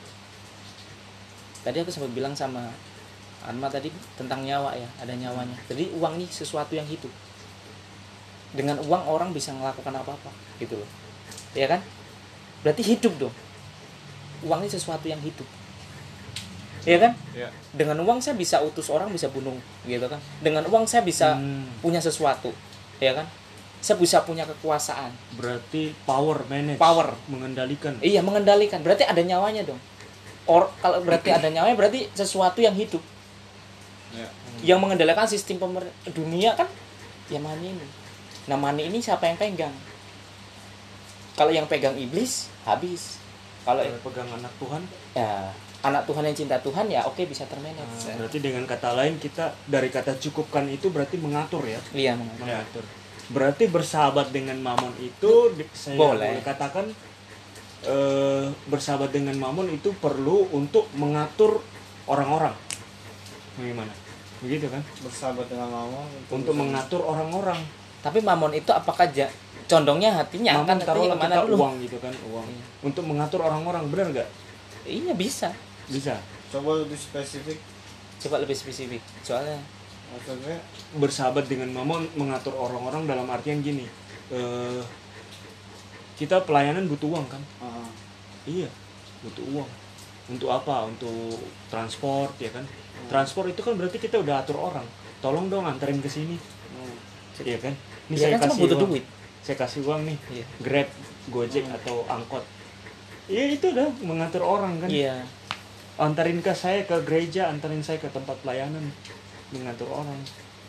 Tadi aku sempat bilang sama Anma tadi tentang nyawa ya, ada nyawanya. Jadi uang ini sesuatu yang hidup. Dengan uang orang bisa melakukan apa-apa, gitu loh. Ya kan? Berarti hidup dong. Uang ini sesuatu yang hidup. Ya kan? Ya. Dengan uang saya bisa utus orang, bisa bunuh, gitu kan? Dengan uang saya bisa Hmm, punya sesuatu, ya kan? Saya bisa punya kekuasaan. berarti power manage. Power. Mengendalikan. Iya, mengendalikan. Berarti ada nyawanya dong. Or kalau berarti ada nyawanya berarti sesuatu yang hidup. Ya. Yang mengendalikan sistem pemer- dunia kan ya money ini. Nah, money ini siapa yang pegang? Kalau yang pegang iblis, habis. Kalau Kalau pegang anak Tuhan, ya anak Tuhan yang cinta Tuhan ya oke bisa termanage. nah, berarti dengan kata lain kita dari kata cukupkan itu berarti mengatur ya. Iya, mengerti. Mengatur. Berarti bersahabat dengan mamon itu di- saya Boleh. boleh katakan eh, bersahabat dengan mamon itu perlu untuk mengatur orang-orang. Bagaimana? Begitu kan? Bersahabat dengan mamon Untuk bisa- mengatur orang-orang. Tapi mamon itu apakah ja- condongnya hatinya Mamon akan nanti taruhlah kemana kita dulu? uang gitu kan, uang. Iya. Untuk mengatur orang-orang, benar nggak? Iya bisa. Bisa. Coba lebih spesifik. Coba lebih spesifik. Soalnya Maksudnya Bersahabat dengan mamon mengatur orang-orang dalam artian gini. Eh kita pelayanan butuh uang kan? Ah. Iya, butuh uang. Untuk apa? Untuk transport ya kan? Transport itu kan berarti kita udah atur orang. Tolong dong anterin ke sini. Hmm. Iya kan? Ini Dia saya kan cuma kasih butuh uang. duit. Saya kasih uang nih. Iya. Grab, Gojek Hmm. atau angkot. Iya itu udah mengatur orang kan? Iya. Antarin ke saya ke gereja, antarin saya ke tempat pelayanan, mengatur orang.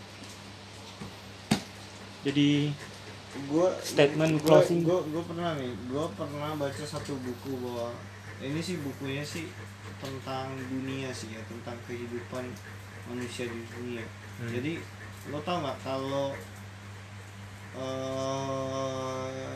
Jadi Gua Statement gua, closing. Gue gue pernah nih, gue pernah baca satu buku bahwa ini sih bukunya sih tentang dunia sih ya, tentang kehidupan manusia di dunia. Hmm. Jadi lo tau nggak kalau uh,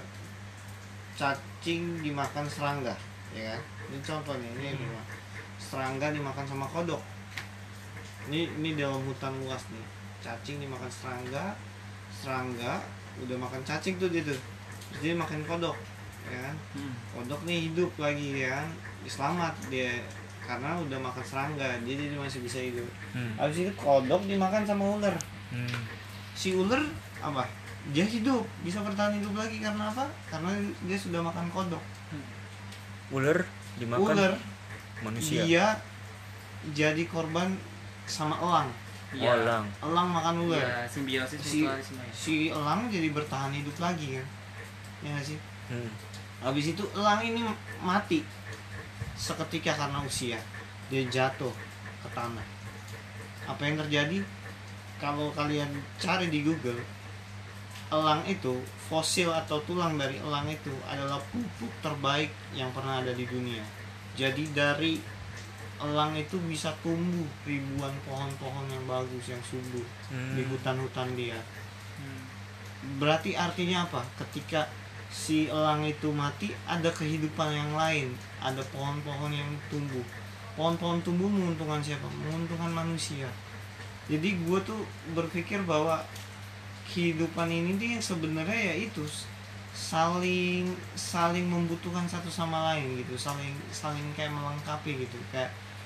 cacing dimakan serangga, ya kan? Ini contoh nih, ini Hmm. rumah. Serangga dimakan sama kodok. Ini ini dalam hutan luas nih. Cacing dimakan serangga, serangga udah makan cacing tuh dia tuh. Terus dia makan kodok, ya kan? Hmm. Kodok nih hidup lagi ya kan, selamat dia karena udah makan serangga, jadi dia masih bisa hidup. Hmm. Habis itu kodok dimakan sama ular. Hmm. Si ular apa? Dia hidup, bisa bertahan hidup lagi karena apa? Karena dia sudah makan kodok. Ular dimakan Ular manusia. dia jadi korban sama elang. Iya. Elang. Elang makan ular. Iya, simbiosis Si mutualisme. si elang jadi bertahan hidup lagi kan? Ya nggak sih? Hmm. Habis itu elang ini mati seketika karena usia. Dia jatuh ke tanah. Apa yang terjadi? Kalau kalian cari di Google, elang itu, fosil atau tulang dari elang itu adalah pupuk terbaik yang pernah ada di dunia. Jadi dari elang itu bisa tumbuh ribuan pohon-pohon yang bagus, yang subur Hmm. di hutan-hutan dia. Hmm. Berarti artinya apa? Ketika si elang itu mati, ada kehidupan yang lain, ada pohon-pohon yang tumbuh. Pohon-pohon tumbuh menguntungkan siapa? Menguntungkan manusia. Jadi gue tuh berpikir bahwa kehidupan ini dia sebenarnya ya itu saling saling membutuhkan satu sama lain gitu, saling saling kayak melengkapi gitu, kayak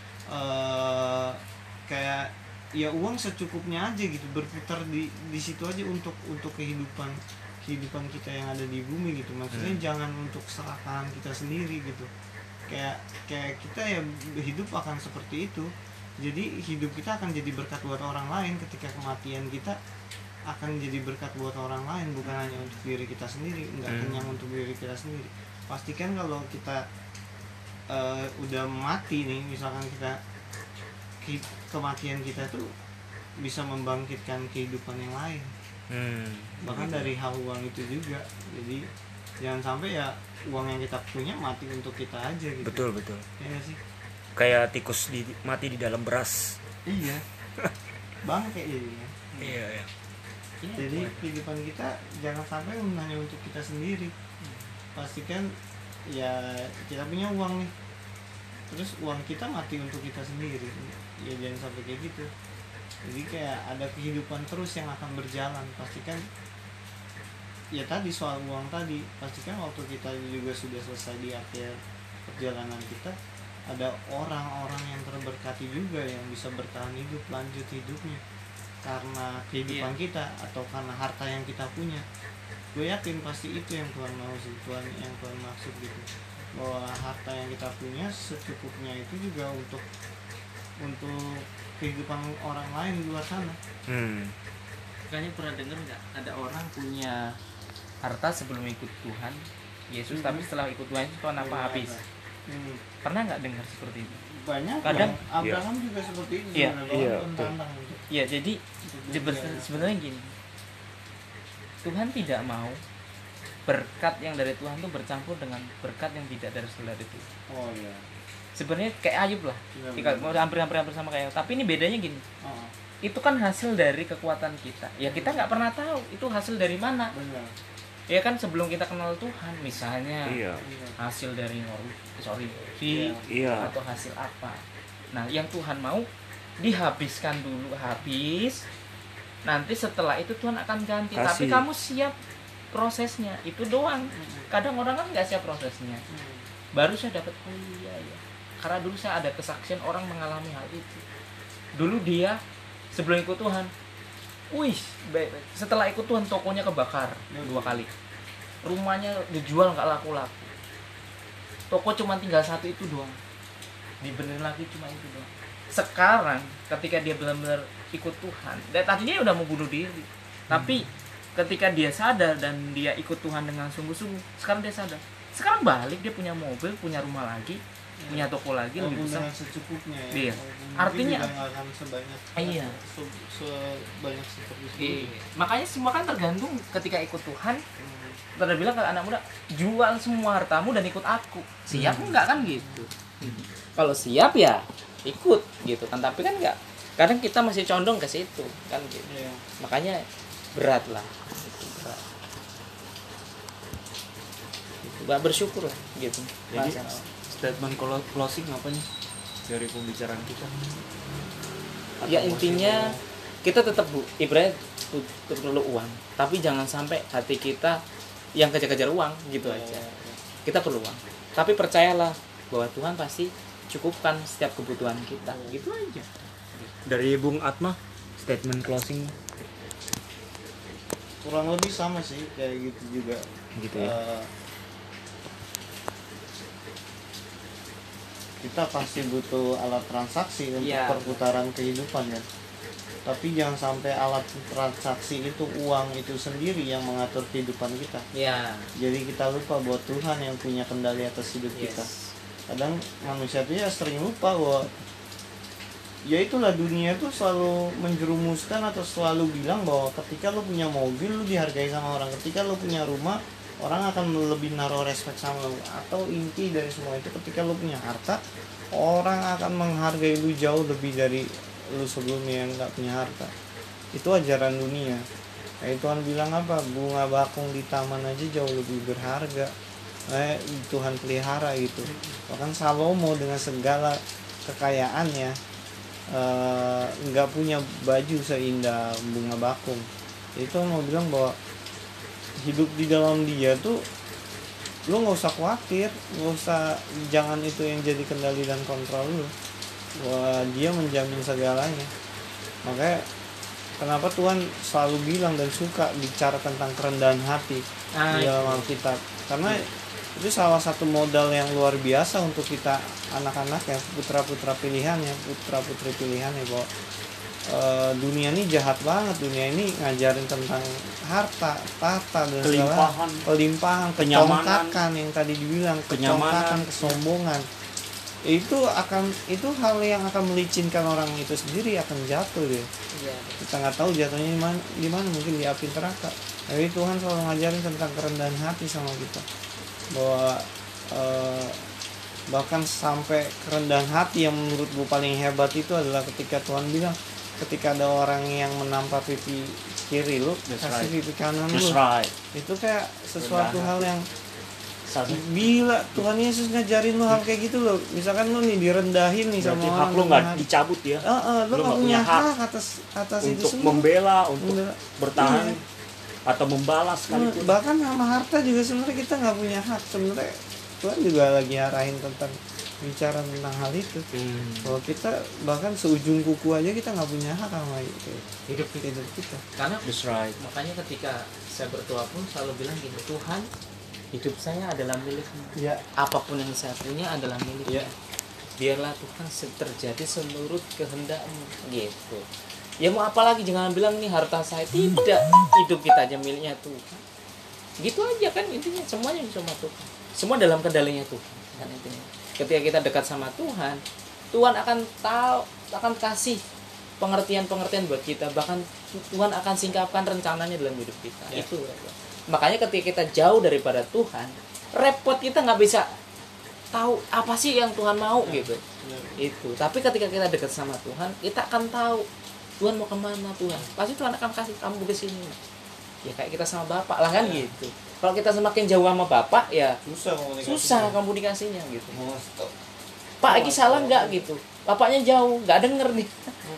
eh kayak ya uang secukupnya aja gitu, berputar di di situ aja untuk untuk kehidupan kehidupan kita yang ada di bumi gitu. Maksudnya Hmm. jangan untuk serakahan kita sendiri gitu. Kayak kayak kita ya hidup akan seperti itu. Jadi hidup kita akan jadi berkat buat orang lain, ketika kematian kita akan jadi berkat buat orang lain, bukan hanya untuk diri kita sendiri, enggak Hmm. kenyang untuk diri kita sendiri. Pastikan kalau kita eh, udah mati nih, misalkan kita ki- kematian kita tuh bisa membangkitkan kehidupan yang lain, Hmm. bahkan dari hal uang itu juga. Jadi jangan sampai ya uang yang kita punya mati untuk kita aja gitu. Betul betul. Ya nggak sih? Kayak tikus di, mati di dalam beras. Iya. Bangke jadinya. Iya iya. Jadi kehidupan kita jangan sampai hanya untuk kita sendiri. Pastikan ya kita punya uang nih, terus uang kita mati untuk kita sendiri. Ya jangan sampai kayak gitu. Jadi kayak ada kehidupan terus yang akan berjalan. Pastikan ya tadi soal uang tadi, pastikan waktu kita juga sudah selesai di akhir perjalanan kita, ada orang-orang yang terberkati juga yang bisa bertahan hidup, lanjut hidupnya karena kehidupan kita atau karena harta yang kita punya. Gue yakin pasti itu yang Tuhan mau sih, Tuhan yang Tuhan maksud gitu, bahwa harta yang kita punya secukupnya itu juga untuk untuk kehidupan orang lain di luar sana. Hmm. Kalian pernah dengar nggak ada orang punya harta sebelum ikut Tuhan Yesus, Hmm. tapi setelah ikut Tuhan Yesus Tuhan apa habis? Hmm. Pernah nggak dengar seperti itu? Banyak Kadang- Bang. Abraham juga seperti itu Iya. sebenarnya, Iya, Tuhan betul. tantang untuk Ya jadi untuk Jebe- dia. sebenarnya gini, Tuhan tidak mau berkat yang dari Tuhan tuh bercampur dengan berkat yang tidak dari saudara itu. Oh iya. Sebenarnya kayak Ayub lah, Benar, Jika benar. mau hampir-hampir hampir sama kayak Ayub. Tapi ini bedanya gini, Oh, itu kan hasil dari kekuatan kita. Ya kita nggak pernah tahu itu hasil dari mana. benar. Ya kan sebelum kita kenal Tuhan, misalnya Iya. Benar. hasil dari Norway, sorry, Iya. Iya. atau hasil apa. Nah, yang Tuhan mau dihabiskan dulu, habis. Nanti setelah itu Tuhan akan ganti. Tapi Kasih. kamu siap prosesnya, itu doang. Kadang orang kan nggak siap prosesnya. Hmm. Baru saya dapat, oh iya ya. Karena dulu saya ada kesaksian orang mengalami hal itu. Dulu dia sebelum ikut Tuhan, wih, baik- setelah ikut Tuhan tokonya kebakar dua kali. rumahnya dijual nggak laku-laku, toko cuma tinggal satu itu doang, dibenerin lagi cuma itu doang. Sekarang ketika dia benar-benar ikut Tuhan, dan tadinya udah mau bunuh diri, tapi ketika dia sadar dan dia ikut Tuhan dengan sungguh-sungguh, sekarang dia sadar, sekarang balik dia punya mobil, punya rumah lagi, punya toko lagi lebih Walaupun besar. dengan secukupnya ya. Iya. Walaupun Artinya mungkin juga nggak akan sebanyak Iya. se- sebanyak seperti sebelumnya. Iya. Makanya semua kan tergantung ketika ikut Tuhan. Pada bilang ke anak muda, jual semua hartamu dan ikut aku. Siap Hmm. enggak kan gitu. Kalau siap ya ikut gitu kan, tapi kan enggak. Kadang kita masih condong ke situ kan gitu. Iya. Makanya berat lah. Itu berat. Gitu. Gak bersyukur lah gitu. Jadi Masalah. statement clo- closing apa nih dari pembicaraan kita? Ya Atau intinya masih kita tetap bu, ibaratnya tu- tu- perlu uang, tapi jangan sampai hati kita yang kejar-kejar uang gitu Iya, aja. iya, iya. Kita perlu uang, tapi percayalah bahwa Tuhan pasti cukupkan setiap kebutuhan kita, gitu aja. dari Bung Atma statement closing Kurang lebih sama sih kayak gitu juga. gitu ya. Eh, kita pasti butuh alat transaksi untuk Iya. perputaran kehidupan kan. Tapi jangan sampai alat transaksi itu uang itu sendiri yang mengatur kehidupan kita. Ya, Jadi kita lupa bahwa Tuhan yang punya kendali atas hidup kita. Kadang manusia itu ya sering lupa bahwa ya itulah dunia itu selalu menjerumuskan atau selalu bilang bahwa ketika lo punya mobil lo dihargai sama orang, ketika lo punya rumah orang akan lebih naruh respect sama lo, atau inti dari semua itu ketika lo punya harta orang akan menghargai lo jauh lebih dari lo sebelumnya yang nggak punya harta. Itu ajaran dunia. Kayak Tuhan bilang apa, bunga bakung di taman aja jauh lebih berharga, eh, Tuhan pelihara gitu. Bahkan Salomo dengan segala kekayaannya eh, nggak punya baju seindah bunga bakung. Itu mau bilang bahwa hidup di dalam dia tuh lu nggak usah khawatir, nggak usah, jangan itu yang jadi kendali dan kontrol lu, bahwa dia menjamin segalanya. Makanya kenapa Tuhan selalu bilang dan suka bicara tentang kerendahan hati Ah, di dalam Alkitab, karena itu salah satu modal yang luar biasa untuk kita anak-anak ya, putra-putra pilihan ya, putra-putri pilihan ya, bahwa e, dunia ini jahat banget. Dunia ini ngajarin tentang harta, tahta dan segala Kelimpahan. pelimpahan, Kenyamanan. kecongkakan yang tadi dibilang, kecongkakan, Kenyamanan. kesombongan. Itu akan itu hal yang akan melicinkan orang itu sendiri, akan jatuh deh. iya. Kita nggak tahu jatuhnya di mana, di mana mungkin di api neraka. Tapi Tuhan selalu ngajarin tentang kerendahan hati sama kita, bahwa eh, bahkan sampai kerendahan hati yang menurut gue paling hebat itu adalah ketika Tuhan bilang, ketika ada orang yang menampar pipi kiri lu, That's kasih right. pipi kanan That's lu. right. Itu kayak sesuatu Kerendahan hal yang Satu. gila. Tuhan Yesus ngajarin lu hal kayak gitu loh. Misalkan lu nih direndahin nih sama Berarti orang, hak lu nggak dengan- dicabut ya Eh, eh, lu Lu nggak punya hak, atas atas itu untuk semua. membela, untuk Membela. bertahan Iya. atau membalas sekalipun. Bahkan sama harta juga sebenarnya kita nggak punya hak. Sebenarnya Tuhan juga lagi arahin tentang bicara tentang hal itu, Hmm. bahwa kita bahkan seujung kuku aja kita nggak punya hak sama itu Hidup kita. hidup kita. Karena That's right. makanya ketika saya berdoa pun selalu bilang gini, Tuhan, hidup saya adalah milikmu. Ya, Apapun yang saya punya adalah miliknya. Ya. Biarlah Tuhan se- terjadi menurut kehendak-Mu gitu. Ya mau apa lagi, jangan bilang nih harta saya, tidak, hidup kita aja miliknya Tuhan. Gitu aja kan intinya, semuanya sama Tuhan. Semua dalam kendalinya Tuhan kan intinya. Ketika kita dekat sama Tuhan, Tuhan akan tahu, akan kasih pengertian-pengertian buat kita, bahkan Tuhan akan singkapkan rencananya dalam hidup kita. Ya. Itu makanya ketika kita jauh daripada Tuhan, repot, kita nggak bisa tahu apa sih yang Tuhan mau gitu. Itu. Tapi ketika kita dekat sama Tuhan, kita akan tahu Tuhan mau kemana. Tuhan pasti Tuhan akan kasih kamu ke sini. Ya kayak kita sama Bapak lah kan gitu. Kalau kita semakin jauh sama Bapak ya susah komunikasi. susah komunikasinya gitu. Mau stop. Pak lagi salah nggak gitu, bapaknya jauh nggak denger nih.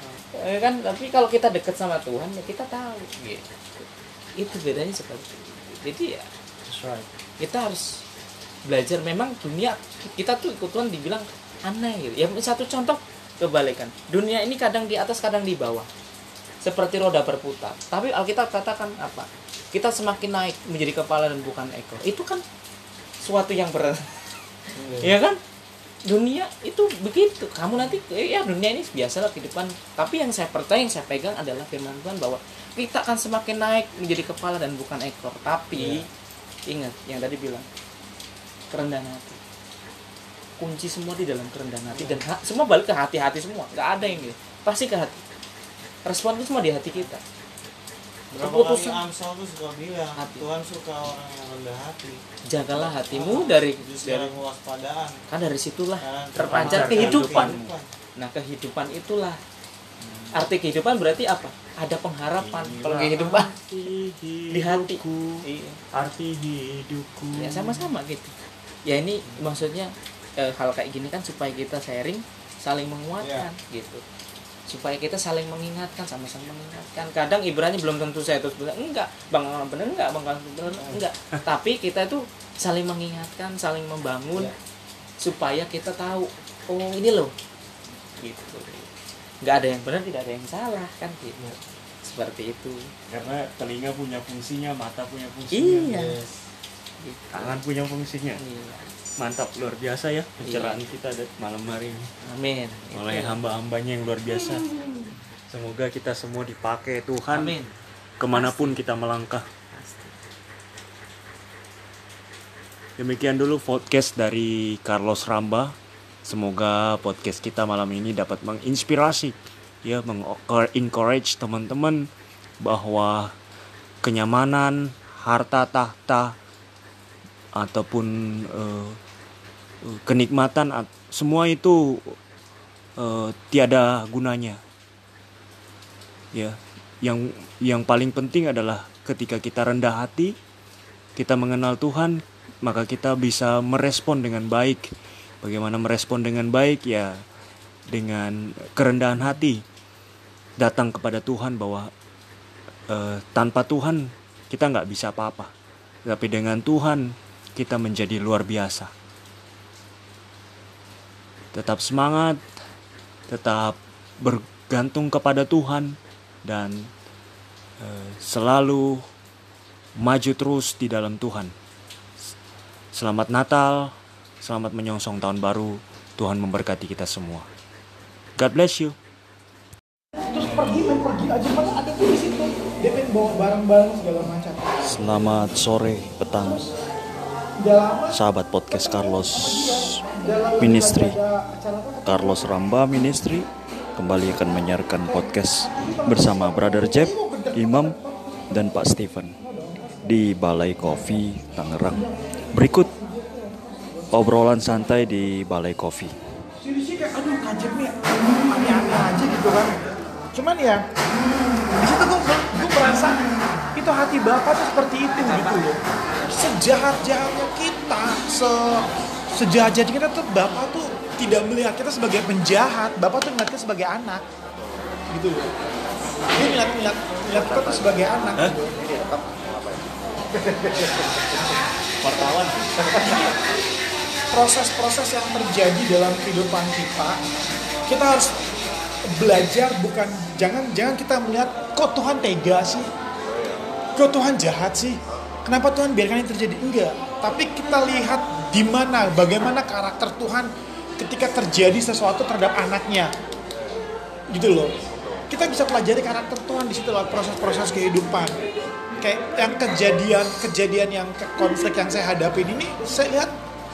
Ya kan, tapi kalau kita dekat sama Tuhan ya kita tahu gitu. Itu bedanya seperti itu. Jadi ya That's right. kita harus belajar. Memang dunia kita tuh ikut Tuhan dibilang aneh gitu ya. Satu contoh kebalikan, dunia ini kadang di atas kadang di bawah, seperti roda berputar. Tapi Alkitab katakan apa? kita semakin naik menjadi kepala dan bukan ekor. Itu kan suatu yang berat. Ya kan? Dunia itu begitu. Kamu nanti ya dunia ini biasalah kehidupan. Tapi yang saya percaya, yang saya pegang adalah firman Tuhan bahwa kita akan semakin naik menjadi kepala dan bukan ekor. Tapi yeah. ingat yang tadi bilang kerendahan hati. Kunci semua di dalam kerendahan hati dan ha- semua balik ke hati-hati semua. Enggak ada yang gitu. Pasti ke hati. Respon itu semua di hati kita. Berapa kali Amsal tuh suka bilang hati. Tuhan suka orang yang rendah hati. Jagalah hatimu dari dari kewaspadaan. Kan dari situlah Karena terpancar kehidupan. Nah, kehidupan itulah arti kehidupan berarti apa? Ada pengharapan. Kalau kehidupan di hati. Iya. Arti hidupku. Ya sama-sama gitu. Ya ini maksudnya eh, hal kayak gini kan supaya kita sharing, saling menguatkan yeah. gitu. Supaya kita saling mengingatkan, sama-sama mengingatkan. Kadang ibaratnya belum tentu saya terus bilang enggak, Bang bener enggak, Bang bener enggak. Tapi kita itu saling mengingatkan, saling membangun yeah. supaya kita tahu, oh ini loh. Gitu. Enggak ada yang benar, tidak ada yang salah kan gitu. Yeah. Seperti itu. Karena telinga punya fungsinya, mata punya fungsinya. Iya. Yes. Gitu. Tangan punya fungsinya. Iya. Mantap, luar biasa ya pencerahan iya. kita malam hari ini. Amin. Oleh hamba-hambanya yang luar biasa. Semoga kita semua dipakai Tuhan. Amin. Kemanapun Pasti. kita melangkah. Pasti. Demikian dulu podcast dari Carlos Ramba. Semoga podcast kita malam ini dapat menginspirasi, ya, mengencourage teman-teman bahwa kenyamanan, harta tahta ataupun uh, kenikmatan, semua itu uh, tiada gunanya. Ya, yang yang paling penting adalah ketika kita rendah hati, kita mengenal Tuhan, maka kita bisa merespon dengan baik. Bagaimana merespon dengan baik? Ya, dengan kerendahan hati, datang kepada Tuhan bahwa uh, tanpa Tuhan kita nggak bisa apa-apa, tapi dengan Tuhan kita menjadi luar biasa. Tetap semangat, tetap bergantung kepada Tuhan, dan uh, selalu maju terus di dalam Tuhan. Selamat Natal, selamat menyongsong tahun baru. Tuhan memberkati kita semua. God bless you. Terus pergi main pergi aja, malah ada tuh di situ. Dia pengen bawa barang-barang segala macam. Selamat sore, petang. Sahabat podcast Carlos Ministry, Carlos Ramba Ministry kembali akan menyiarkan podcast bersama Brother Jeb, Imam, dan Pak Stephen di Balai Coffee Tangerang. Berikut obrolan santai di Balai Coffee. Jadi sih kayak aduh Kajep nih aneh-aneh aja gitu kan. Cuman ya di situ gue gue merasa itu hati Bapak tuh seperti itu gitu loh. Sejahat-jahatnya kita, se sejahat-jahatnya kita tuh Bapak tuh tidak melihat kita sebagai penjahat, Bapak tuh melihat kita sebagai anak, gitu loh. Dia melihat melihat melihat kita tuh sebagai anak. Gitu. Wartawan. Proses-proses yang terjadi dalam kehidupan kita, kita harus belajar bukan jangan jangan kita melihat kok Tuhan tega sih, kok Tuhan jahat sih. Kenapa Tuhan biarkan ini terjadi? Enggak. Tapi kita lihat di mana, bagaimana karakter Tuhan ketika terjadi sesuatu terhadap anaknya. Gitu loh. Kita bisa pelajari karakter Tuhan di situ lewat proses-proses kehidupan. Kayak yang kejadian-kejadian yang konflik yang saya hadapin ini, saya lihat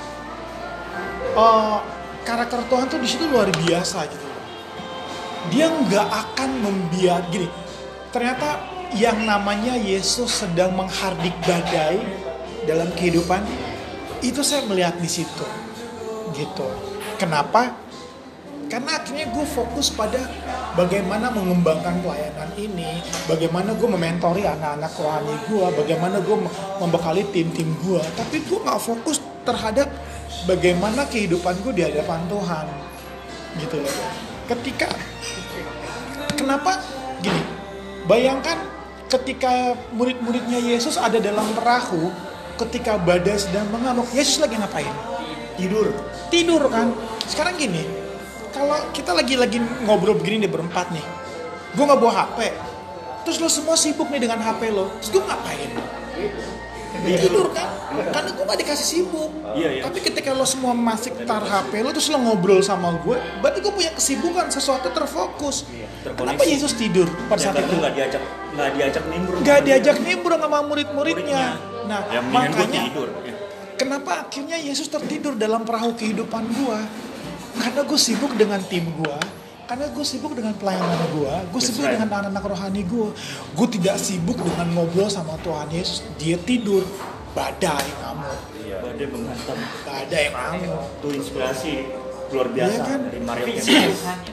uh, karakter Tuhan tuh di situ luar biasa gitu loh. Dia nggak akan membiarkan gini. Ternyata yang namanya Yesus sedang menghardik badai dalam kehidupan itu saya melihat di situ gitu. Kenapa? Karena akhirnya gue fokus pada bagaimana mengembangkan pelayanan ini, bagaimana gue mementori anak-anak rohani gue, bagaimana gue membekali tim-tim gue, tapi gue nggak fokus terhadap bagaimana kehidupan gue di hadapan Tuhan gitu loh. Ketika kenapa gini? Bayangkan ketika murid-muridnya Yesus ada dalam perahu, ketika badai sedang mengamuk, Yesus lagi ngapain? Tidur. Tidur kan? Sekarang gini, kalau kita lagi-lagi ngobrol begini di berempat nih, gue nggak bawa H P, Terus lo semua sibuk nih dengan H P lo. Terus gue ngapain? Tidur kan? Karena gue gak dikasih sibuk. Iya, iya. Tapi ketika lo semua masih tar H P lo, terus lo ngobrol sama gue, berarti gue punya kesibukan, sesuatu terfokus. Iya, Kenapa Yesus tidur pada saat itu itu? nggak diajak nggak diajak nimbrung. Gak diajak nimbrung sama murid-muridnya. Nah, Ya mendingan gue makanya tidur. Ya. kenapa akhirnya Yesus tertidur dalam perahu kehidupan gue? Karena gue sibuk dengan tim gue. Karena gue sibuk dengan pelayanan gue, gue sibuk right. dengan anak-anak rohani gue. Gue tidak sibuk dengan ngobrol sama Tuhan Yesus. Dia tidur, badai ngamuk, Badai menghantam. badai ngamuk. Itu inspirasi luar biasa Iya kan? dari Mario Visi Kempes. Tuhannya.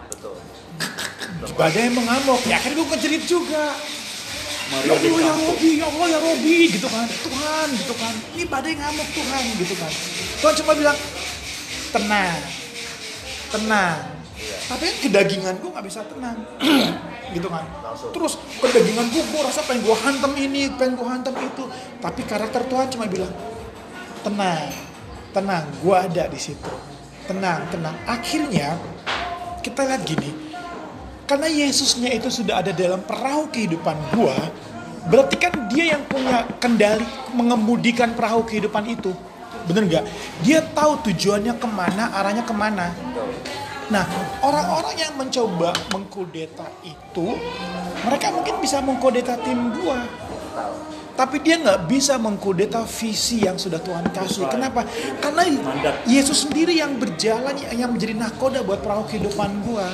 Badai mengamuk. Ya akhirnya gue ngejerit juga. Mario Ya Allah ya Kempes. Robi, ya Allah ya Robi, gitu kan. Tuhan, gitu kan. Ini badai ngamuk Tuhan, gitu kan. Tuhan cuma bilang, tenang, tenang. Tapi kan kedagingan gue nggak bisa tenang, gitu kan. Terus kedagingan gue, gue rasa pengen gue hantam ini, pengen gue hantam itu. Tapi karakter Tuhan cuma bilang, tenang, tenang, gue ada di situ. Tenang, tenang. Akhirnya kita lihat gini, karena Yesusnya itu sudah ada dalam perahu kehidupan gue, berarti kan dia yang punya kendali mengemudikan perahu kehidupan itu. Bener nggak? Dia tahu tujuannya kemana, arahnya kemana. Nah, orang-orang yang mencoba mengkudeta itu, mereka mungkin bisa mengkudeta tim gua, tapi dia nggak bisa mengkudeta visi yang sudah Tuhan kasih. Kenapa? Karena Yesus sendiri yang berjalan, yang menjadi nahkoda buat perahu kehidupan gua,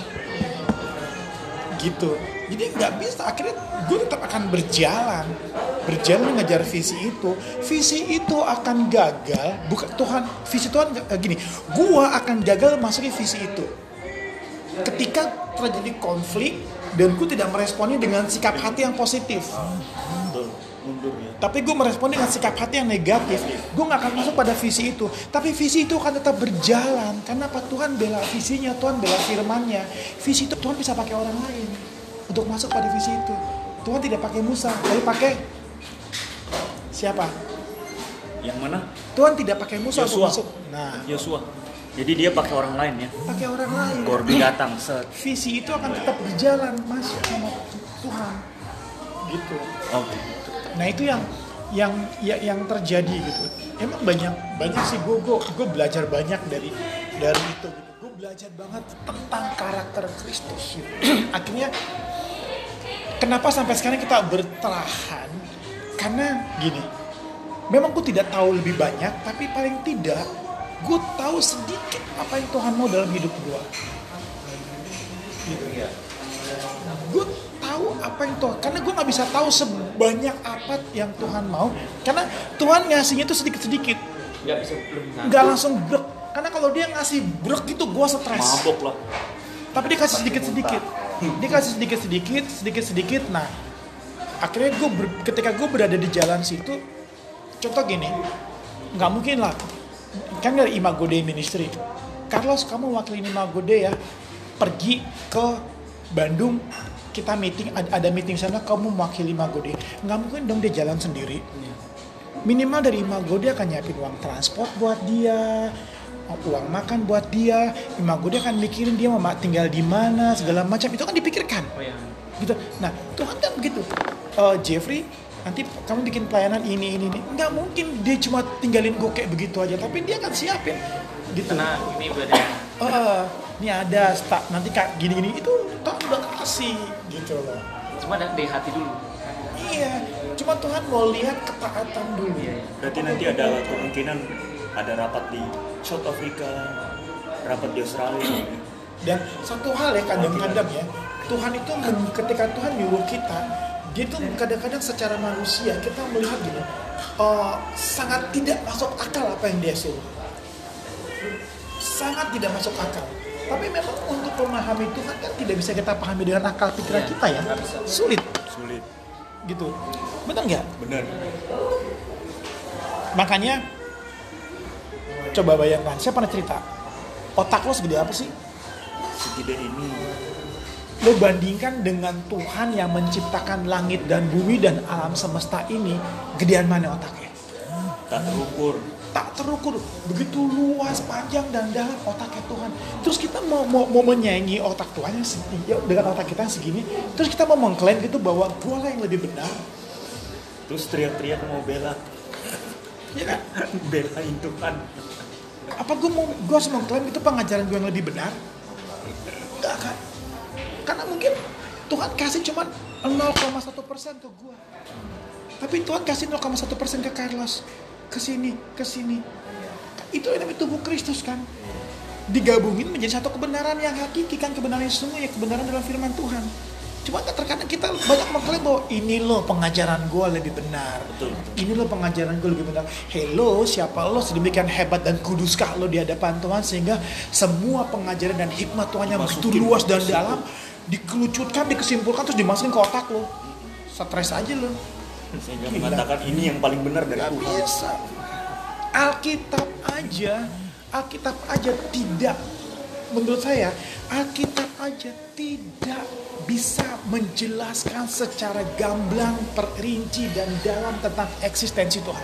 gitu. Jadi nggak bisa. Akhirnya gue tetap akan berjalan, berjalan mengejar visi itu. Visi itu akan gagal. Bukan Tuhan, visi Tuhan gini. Gua akan gagal masuki visi itu ketika terjadi konflik dan gue tidak meresponi dengan sikap hati yang positif. Mundur ya. Tapi gue merespon dengan sikap hati yang negatif. Gue gak akan masuk pada visi itu. Tapi visi itu akan tetap berjalan. Karena apa? Tuhan bela visinya, Tuhan bela firmannya. Visi itu Tuhan bisa pakai orang lain untuk masuk pada visi itu. Tuhan tidak pakai Musa, tapi pakai siapa? Yang mana? Tuhan tidak pakai Musa untuk Yosua. masuk. Nah, Yosua. Jadi dia pakai orang lain ya. pakai orang lain. Gorbi datang set. Visi itu akan tetap berjalan masuk sama Tuhan. Gitu. Oke. Nah itu yang yang ya, yang terjadi gitu. Emang banyak banyak sih gue gue gue belajar banyak dari dari itu gitu. Gue belajar banget tentang karakter Kristus. Gitu. Akhirnya kenapa sampai sekarang kita bertahan? Karena gini, memang gue tidak tahu lebih banyak, tapi paling tidak gue tahu sedikit apa yang Tuhan mau dalam hidup gue. Gitu. Gue tahu apa yang Tuhan, karena gue nggak bisa tahu sebanyak apa yang Tuhan mau, karena Tuhan ngasihnya itu sedikit-sedikit, Nggak bisa belum. nggak langsung brek. Karena kalau dia ngasih brek itu gue stres. Mabok lah. Tapi dia kasih sedikit-sedikit, dia kasih sedikit-sedikit, sedikit-sedikit. Nah, akhirnya gue ber, ketika gue berada di jalan situ, contoh gini, nggak mungkin lah, kan dari Imago Dei Ministry, Carlos kamu wakilin Imago Dei ya, pergi ke Bandung, kita meeting, ada meeting sana, kamu mewakili Imago Dei. Nggak mungkin dong dia jalan sendiri. Minimal dari Imago Dei akan nyiapin uang transport buat dia, uang makan buat dia. Imago Dei akan mikirin dia mau tinggal di mana, segala macam itu kan dipikirkan. Oh ya. Gitu. Nah, Tuhan kan begitu. Uh, Jeffrey, nanti kamu bikin pelayanan ini ini ini. Nggak mungkin dia cuma tinggalin gue kayak begitu aja, tapi dia akan siapin. Gitu. Karena ini berada. Uh, ini ada start nanti kak gini-gini itu Tuhan udah kasih gitu loh. Cuma dari hati dulu. Iya, cuma Tuhan mau lihat ketaatan dulu. Iya, iya. Berarti nanti ada kemungkinan ada rapat di South Africa, rapat di Australia. Dan satu hal ya kadang-kadang ya, Tuhan itu men- ketika Tuhan nyuruh kita, dia tuh kadang-kadang secara manusia kita melihat gini, uh, sangat tidak masuk akal apa yang dia suruh, sangat tidak masuk akal. Tapi memang untuk memahami Tuhan kan tidak bisa kita pahami dengan akal pikiran Iya, kita ya, nggak bisa. sulit Sulit. gitu, benar nggak? Benar. Makanya coba bayangkan, saya pernah cerita, otak lo segede apa sih? Segede ini. Lo bandingkan dengan Tuhan yang menciptakan langit dan bumi dan alam semesta ini, gedean mana otaknya? Tak terukur. tak terukur, begitu luas, panjang dan dalam otaknya Tuhan. Terus kita mau mau, mau menyaingi otak Tuhan yang segini, ya, dengan otak kita yang segini. Terus kita mau mengklaim gitu bahwa gue lah yang lebih benar. Terus teriak-teriak mau bela, Ya kan? belain Tuhan. Apa gue mau gue harus mengklaim itu pengajaran gue yang lebih benar? Enggak kan? Karena mungkin Tuhan kasih cuma nol koma satu persen ke gue. Tapi Tuhan kasih nol koma satu persen ke Carlos. Ke sini, ke sini. Itu yang namanya tubuh Kristus kan. Digabungin menjadi satu kebenaran yang hakiki kan, kebenaran yang sesungguhnya, kebenaran dalam firman Tuhan. Cuma terkadang kita banyak mengklaim bahwa ini loh pengajaran gue lebih benar. Betul, betul. Ini loh pengajaran gue lebih benar. Hello, siapa lo sedemikian hebat dan kuduskah lo di hadapan Tuhan sehingga semua pengajaran dan hikmat Tuhan yang begitu Dimasukin luas dan ke situ. dalam dikerucutkan, dikesimpulkan terus dimasukin ke otak lo. Stres aja lo. Sehingga Gila. mengatakan ini yang paling benar dari Gak Tuhan. bisa. Alkitab aja, Alkitab aja tidak, menurut saya, Alkitab aja tidak bisa menjelaskan secara gamblang, perinci dan dalam tentang eksistensi Tuhan.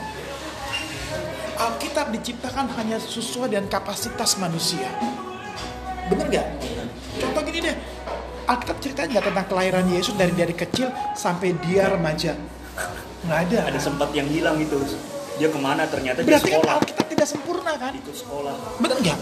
Alkitab diciptakan hanya sesuai dengan kapasitas manusia. Bener gak? Contoh gini deh, Alkitab ceritain gak tentang kelahiran Yesus dari dari kecil sampai dia remaja? Nggak ada. Ada sempat yang hilang itu. Dia kemana ternyata dia Berarti kan sekolah. Alkitab tidak sempurna kan? Itu sekolah. Bener nggak?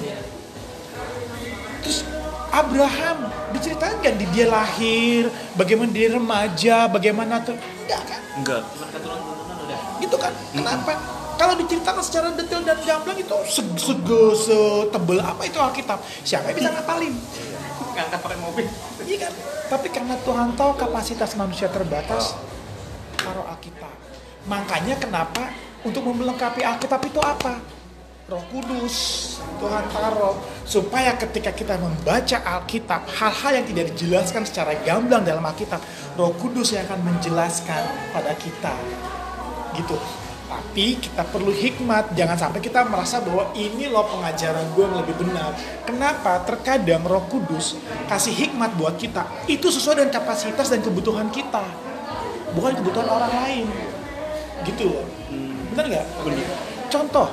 Terus Abraham diceritain nggak di dia lahir, bagaimana dia remaja, bagaimana tuh? Enggak kan? Enggak. Gitu kan? Kenapa? Kalau diceritakan secara detail dan gamblang itu sege setebel apa itu Alkitab? Siapa yang bisa ngapalin? Ngangkat pakai mobil. Iya kan? Tapi karena Tuhan tahu kapasitas manusia terbatas, taruh Alkitab. Makanya kenapa untuk melengkapi Alkitab itu apa? Roh Kudus Tuhan taruh supaya ketika kita membaca Alkitab, hal-hal yang tidak dijelaskan secara gamblang dalam Alkitab, Roh Kudus yang akan menjelaskan pada kita. Gitu. Tapi kita perlu hikmat, jangan sampai kita merasa bahwa ini loh pengajaran gue yang lebih benar. Kenapa? Terkadang Roh Kudus kasih hikmat buat kita, itu sesuai dengan kapasitas dan kebutuhan kita, bukan kebutuhan orang lain. Gitu loh. Benar nggak? Contoh,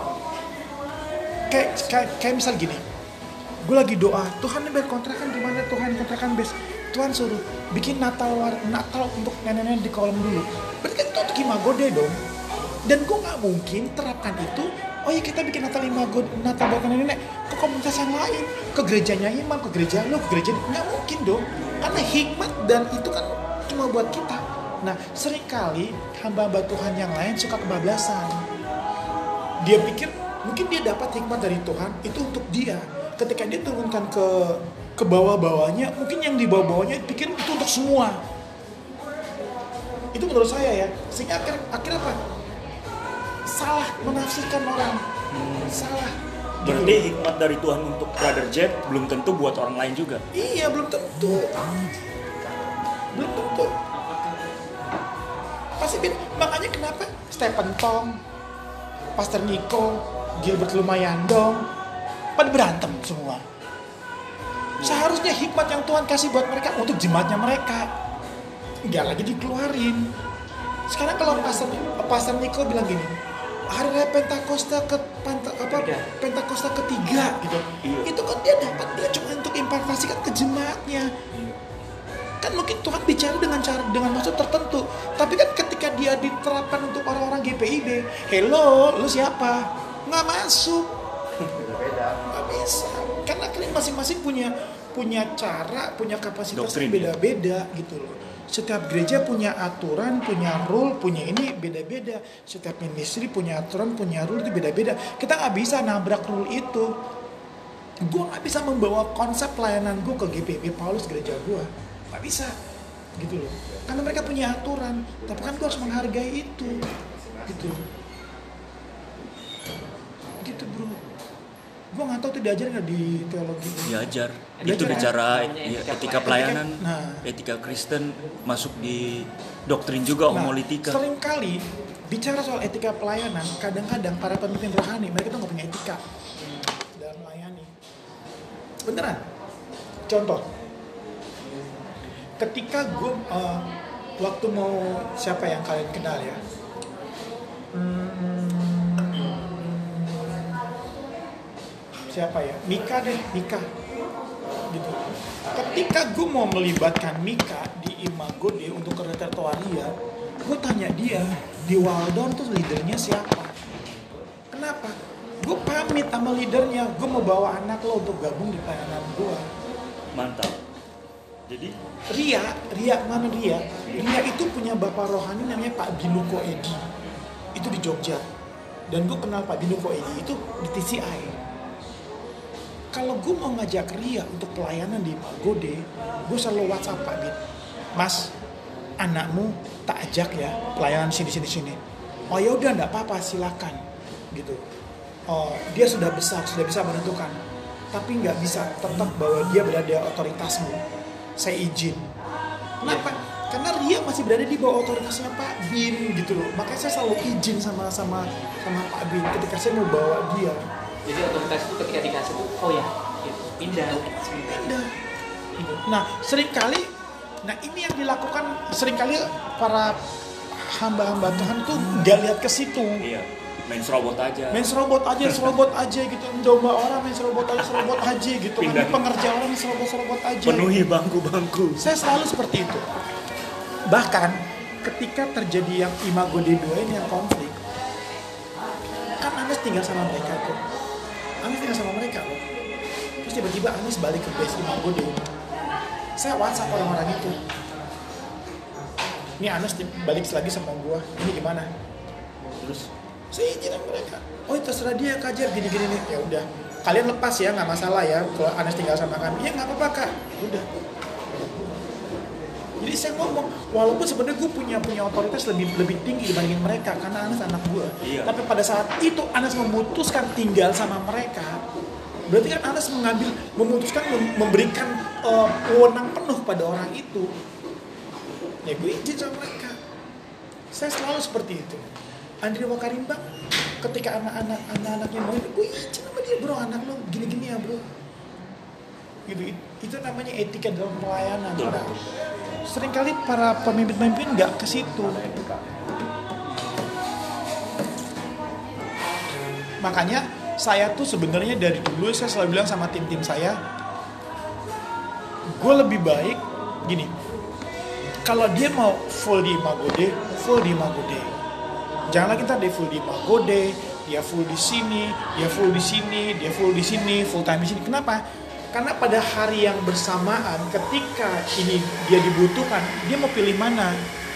kayak, kayak, kayak misal gini, gue lagi doa, Tuhan ini bayar kontrakan gimana? Tuhan kontrakan best. Tuhan suruh bikin Natal Natal untuk nenek-nenek di kolom dulu. Berarti kan itu untuk Imagode dong. Dan gue nggak mungkin terapkan itu. Oh ya kita bikin Natal Imagode, Natal buat nenek-nenek ke komunitas yang lain, ke gerejanya imam, ke gereja lo, ke gereja nggak mungkin dong. Karena hikmat dan itu kan cuma buat kita. Nah, seringkali hamba-hamba Tuhan yang lain suka kebablasan. Dia pikir mungkin dia dapat hikmat dari Tuhan itu untuk dia. Ketika dia turunkan ke ke bawah-bawahnya, mungkin yang di bawah-bawahnya pikir itu untuk semua. Itu menurut saya ya. Sehingga akhir akhir apa? Salah menafsirkan orang. Salah. Berarti hikmat dari Tuhan untuk Brother Jet belum tentu buat orang lain juga. Iya, belum tentu. Belum tentu. Pasti beda. Makanya kenapa Stephen Tong, Pastor Nico, Gilbert Lumayandong pada berantem semua. Seharusnya hikmat yang Tuhan kasih buat mereka untuk jemaatnya mereka nggak lagi dikeluarin. Sekarang kalau Pastor, Pastor Nico bilang gini, hari raya Pentakosta ke Penta, apa Pentakosta ketiga gitu. Iya. Itu kan dia dapat dia cuma untuk impartasikan ke jemaatnya. Kan mungkin Tuhan bicara dengan cara dengan maksud tertentu, tapi kan ketika dia diterapkan untuk orang-orang G P I B, hello, lu siapa? Nggak masuk. Nggak bisa. Karena kalian masing-masing punya punya cara, punya kapasitas Doktrin, yang beda-beda gitu loh. Setiap gereja punya aturan, punya rule, punya ini beda-beda. Setiap ministry punya aturan, punya rule itu beda-beda. Kita nggak bisa nabrak rule itu. Gue nggak bisa membawa konsep pelayanan gue ke G P I B Paulus gereja gue. Nggak bisa gitu loh, karena mereka punya aturan, tapi kan gue harus menghargai itu gitu gitu bro. Gue nggak tahu tuh diajarin nggak di teologi. Diajar. Diajar, Itu kan? bicara ya, etika pelayanan, Nah. etika Kristen masuk di doktrin juga, Nah, homiletika. seringkali bicara soal etika pelayanan, kadang-kadang para pemimpin rohani mereka tuh nggak punya etika dalam melayani. Beneran. Contoh, ketika gue uh, waktu mau siapa yang kalian kenal ya, hmm, siapa ya, Mika deh, Mika gitu. Ketika gue mau melibatkan Mika di Imagode untuk ke repertoire Ria, gue tanya dia di Waldorf tuh leadernya siapa. Kenapa? Gue pamit sama leadernya, gue mau bawa anak lo untuk gabung di pelayanan gue. Mantap. Jadi Ria, Ria mana Ria? Ria itu punya bapak rohani namanya Pak Binuko Edi. Itu di Jogja. Dan gue kenal Pak Binuko Edi itu di T C I. Kalau gue mau ngajak Ria untuk pelayanan di Imagode, gue selalu WhatsApp Pak Bin. Mas, anakmu tak ajak ya pelayanan sini sini sini. Oh ya udah, enggak apa-apa, silakan. Gitu. Oh, dia sudah besar, sudah bisa menentukan. Tapi nggak bisa tetap bahwa dia berada di otoritasmu. Saya izin. Kenapa? Karena Ria masih berada di bawah otoritasnya Pak Bin gitu loh. Makanya saya selalu izin sama sama sama Pak Bin ketika saya mau bawa dia. Jadi otoritas itu ketika dikasih tuh, oh ya, gitu. Pindah. Pindah. Nah, seringkali, nah ini yang dilakukan seringkali para hamba-hamba Tuhan tuh nggak lihat ke situ. iya, main serobot aja. Main serobot aja, serobot aja gitu. Domba orang main serobot aja, serobot aja gitu. Pindah. Kan pengerja orang main serobot-serobot aja. Penuhi bangku-bangku. Saya selalu seperti itu. Bahkan ketika terjadi yang Imagode dua ini yang konflik, kan Anas tinggal sama mereka kok. Anas tinggal sama mereka loh. Terus tiba-tiba Anas balik ke base Imagode. Saya WhatsApp orang-orang itu. Ini Anas balik lagi sama gua. Ini gimana? Terus saya izin sama mereka. Oh itu terserah dia kajar gini-gini nih. Ya udah. Kalian lepas ya, nggak masalah ya. Kalau Anas tinggal sama kami, ya nggak apa-apa kak. Udah. Jadi saya ngomong, walaupun sebenarnya gue punya punya otoritas lebih lebih tinggi dibandingin mereka karena Anas anak gue. Iya. Tapi pada saat itu Anas memutuskan tinggal sama mereka, berarti kan Anas mengambil memutuskan mem- memberikan uh, wewenang penuh pada orang itu. Ya gue izin sama mereka. Saya selalu seperti itu. Andri Wakarimba, ketika anak-anak anak-anaknya mau, gue izin sama dia, bro, anak lo gini-gini ya bro. Gitu, itu namanya etika dalam pelayanan. Nah, seringkali para pemimpin-pemimpin nggak ke situ. Makanya saya tuh sebenarnya dari dulu saya selalu bilang sama tim-tim saya, gue lebih baik gini. Kalau dia mau full di Imagode, full di Imagode. Jangan lagi ntar dia full di Imagode, dia full di sini, dia full di sini, dia full di sini, full time di sini. Kenapa? Karena pada hari yang bersamaan ketika ini dia dibutuhkan, dia mau pilih mana?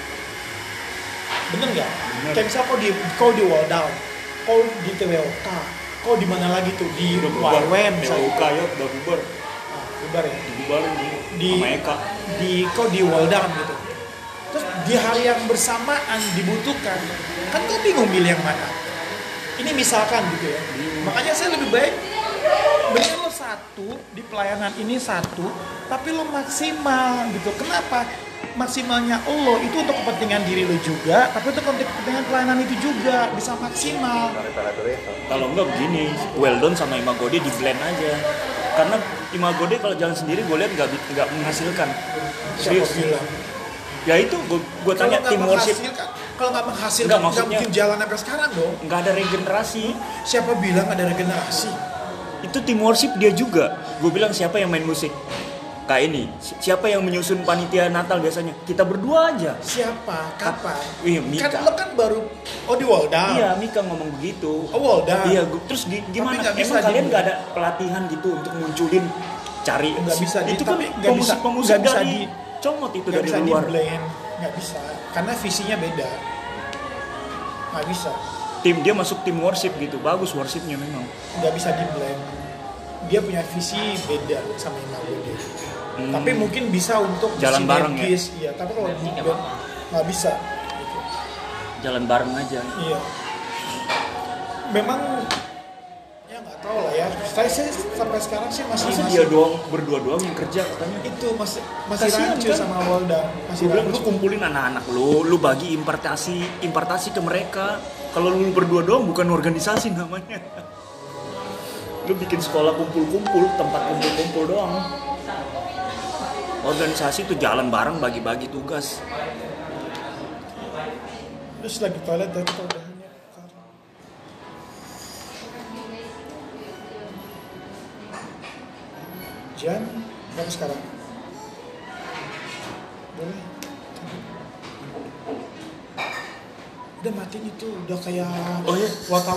Bener nggak? Kayak misalnya kau di kau di Waldorf, kau di T W O K, kau di mana lagi tuh di W W M misalnya. Udah ya, udah bubar. Ah, bubar ya. Dibubarin Di sama Eka. di kau di Waldorf gitu. Terus di hari yang bersamaan dibutuhkan, kan kau bingung pilih yang mana? Ini misalkan gitu ya. Makanya saya lebih baik bener lo satu di pelayanan ini satu, tapi lo maksimal gitu. Kenapa? Maksimalnya lo itu untuk kepentingan diri lo juga, tapi untuk kepentingan pelayanan itu juga bisa maksimal. Kalau enggak begini, well done sama Imagode di blend aja. Karena Imagode kalau jalan sendiri gue lihat nggak nggak menghasilkan. Siapa Serius. bilang? Ya itu gue gue tanya Kalau nggak tim worship menghasilkan, kalau nggak menghasilkan, Nggak, nggak maksudnya- mungkin jalan sampai sekarang dong. nggak ada regenerasi. Siapa bilang ada regenerasi? Itu tim worship dia juga. Gue bilang siapa yang main musik? Kayak ini. Si- Siapa yang menyusun panitia Natal biasanya? Kita berdua aja. Siapa? Kapan? Iya, Mika. Kan lo kan baru, oh di Waldorf. Iya, Mika ngomong begitu. Oh Waldorf. Iya, gua- terus gi- gimana? nggak bisa Emang kalian di- nggak ada pelatihan gitu untuk munculin cari Nggak bisa di- itu kan tapi nggak bisa- pemusik-pemusik nggak bisa dari di- comot itu Nggak dari bisa luar. di-blend, nggak bisa, karena visinya beda. Nggak bisa, Tim dia masuk tim worship gitu, bagus worshipnya memang. nggak bisa di-blend. Dia punya visi beda sama Imagode. Hmm. Tapi mungkin bisa untuk Jalan bareng ya? sinergis, iya. Tapi kalau di nggak bisa. Gitu. Jalan bareng aja. Iya. Memang ya nggak tahu lah ya. Saya sih sampai sekarang sih masih Masa masih dia doang berdua doang yang kerja katanya? itu masih masih Kasihan, rancu kan? sama Waldorf. Masih Gue bilang lu rancu. kumpulin anak-anak lu, lu bagi impartasi impartasi ke mereka. Kalau lu berdua doang bukan organisasi namanya. Lu bikin sekolah kumpul-kumpul, tempat kumpul-kumpul doang. Organisasi itu jalan bareng bagi-bagi tugas. Terus lagi toilet dan udahannya. jam berapa sekarang? Boleh. Udah matiin itu, udah kayak Oh iya. wartawan.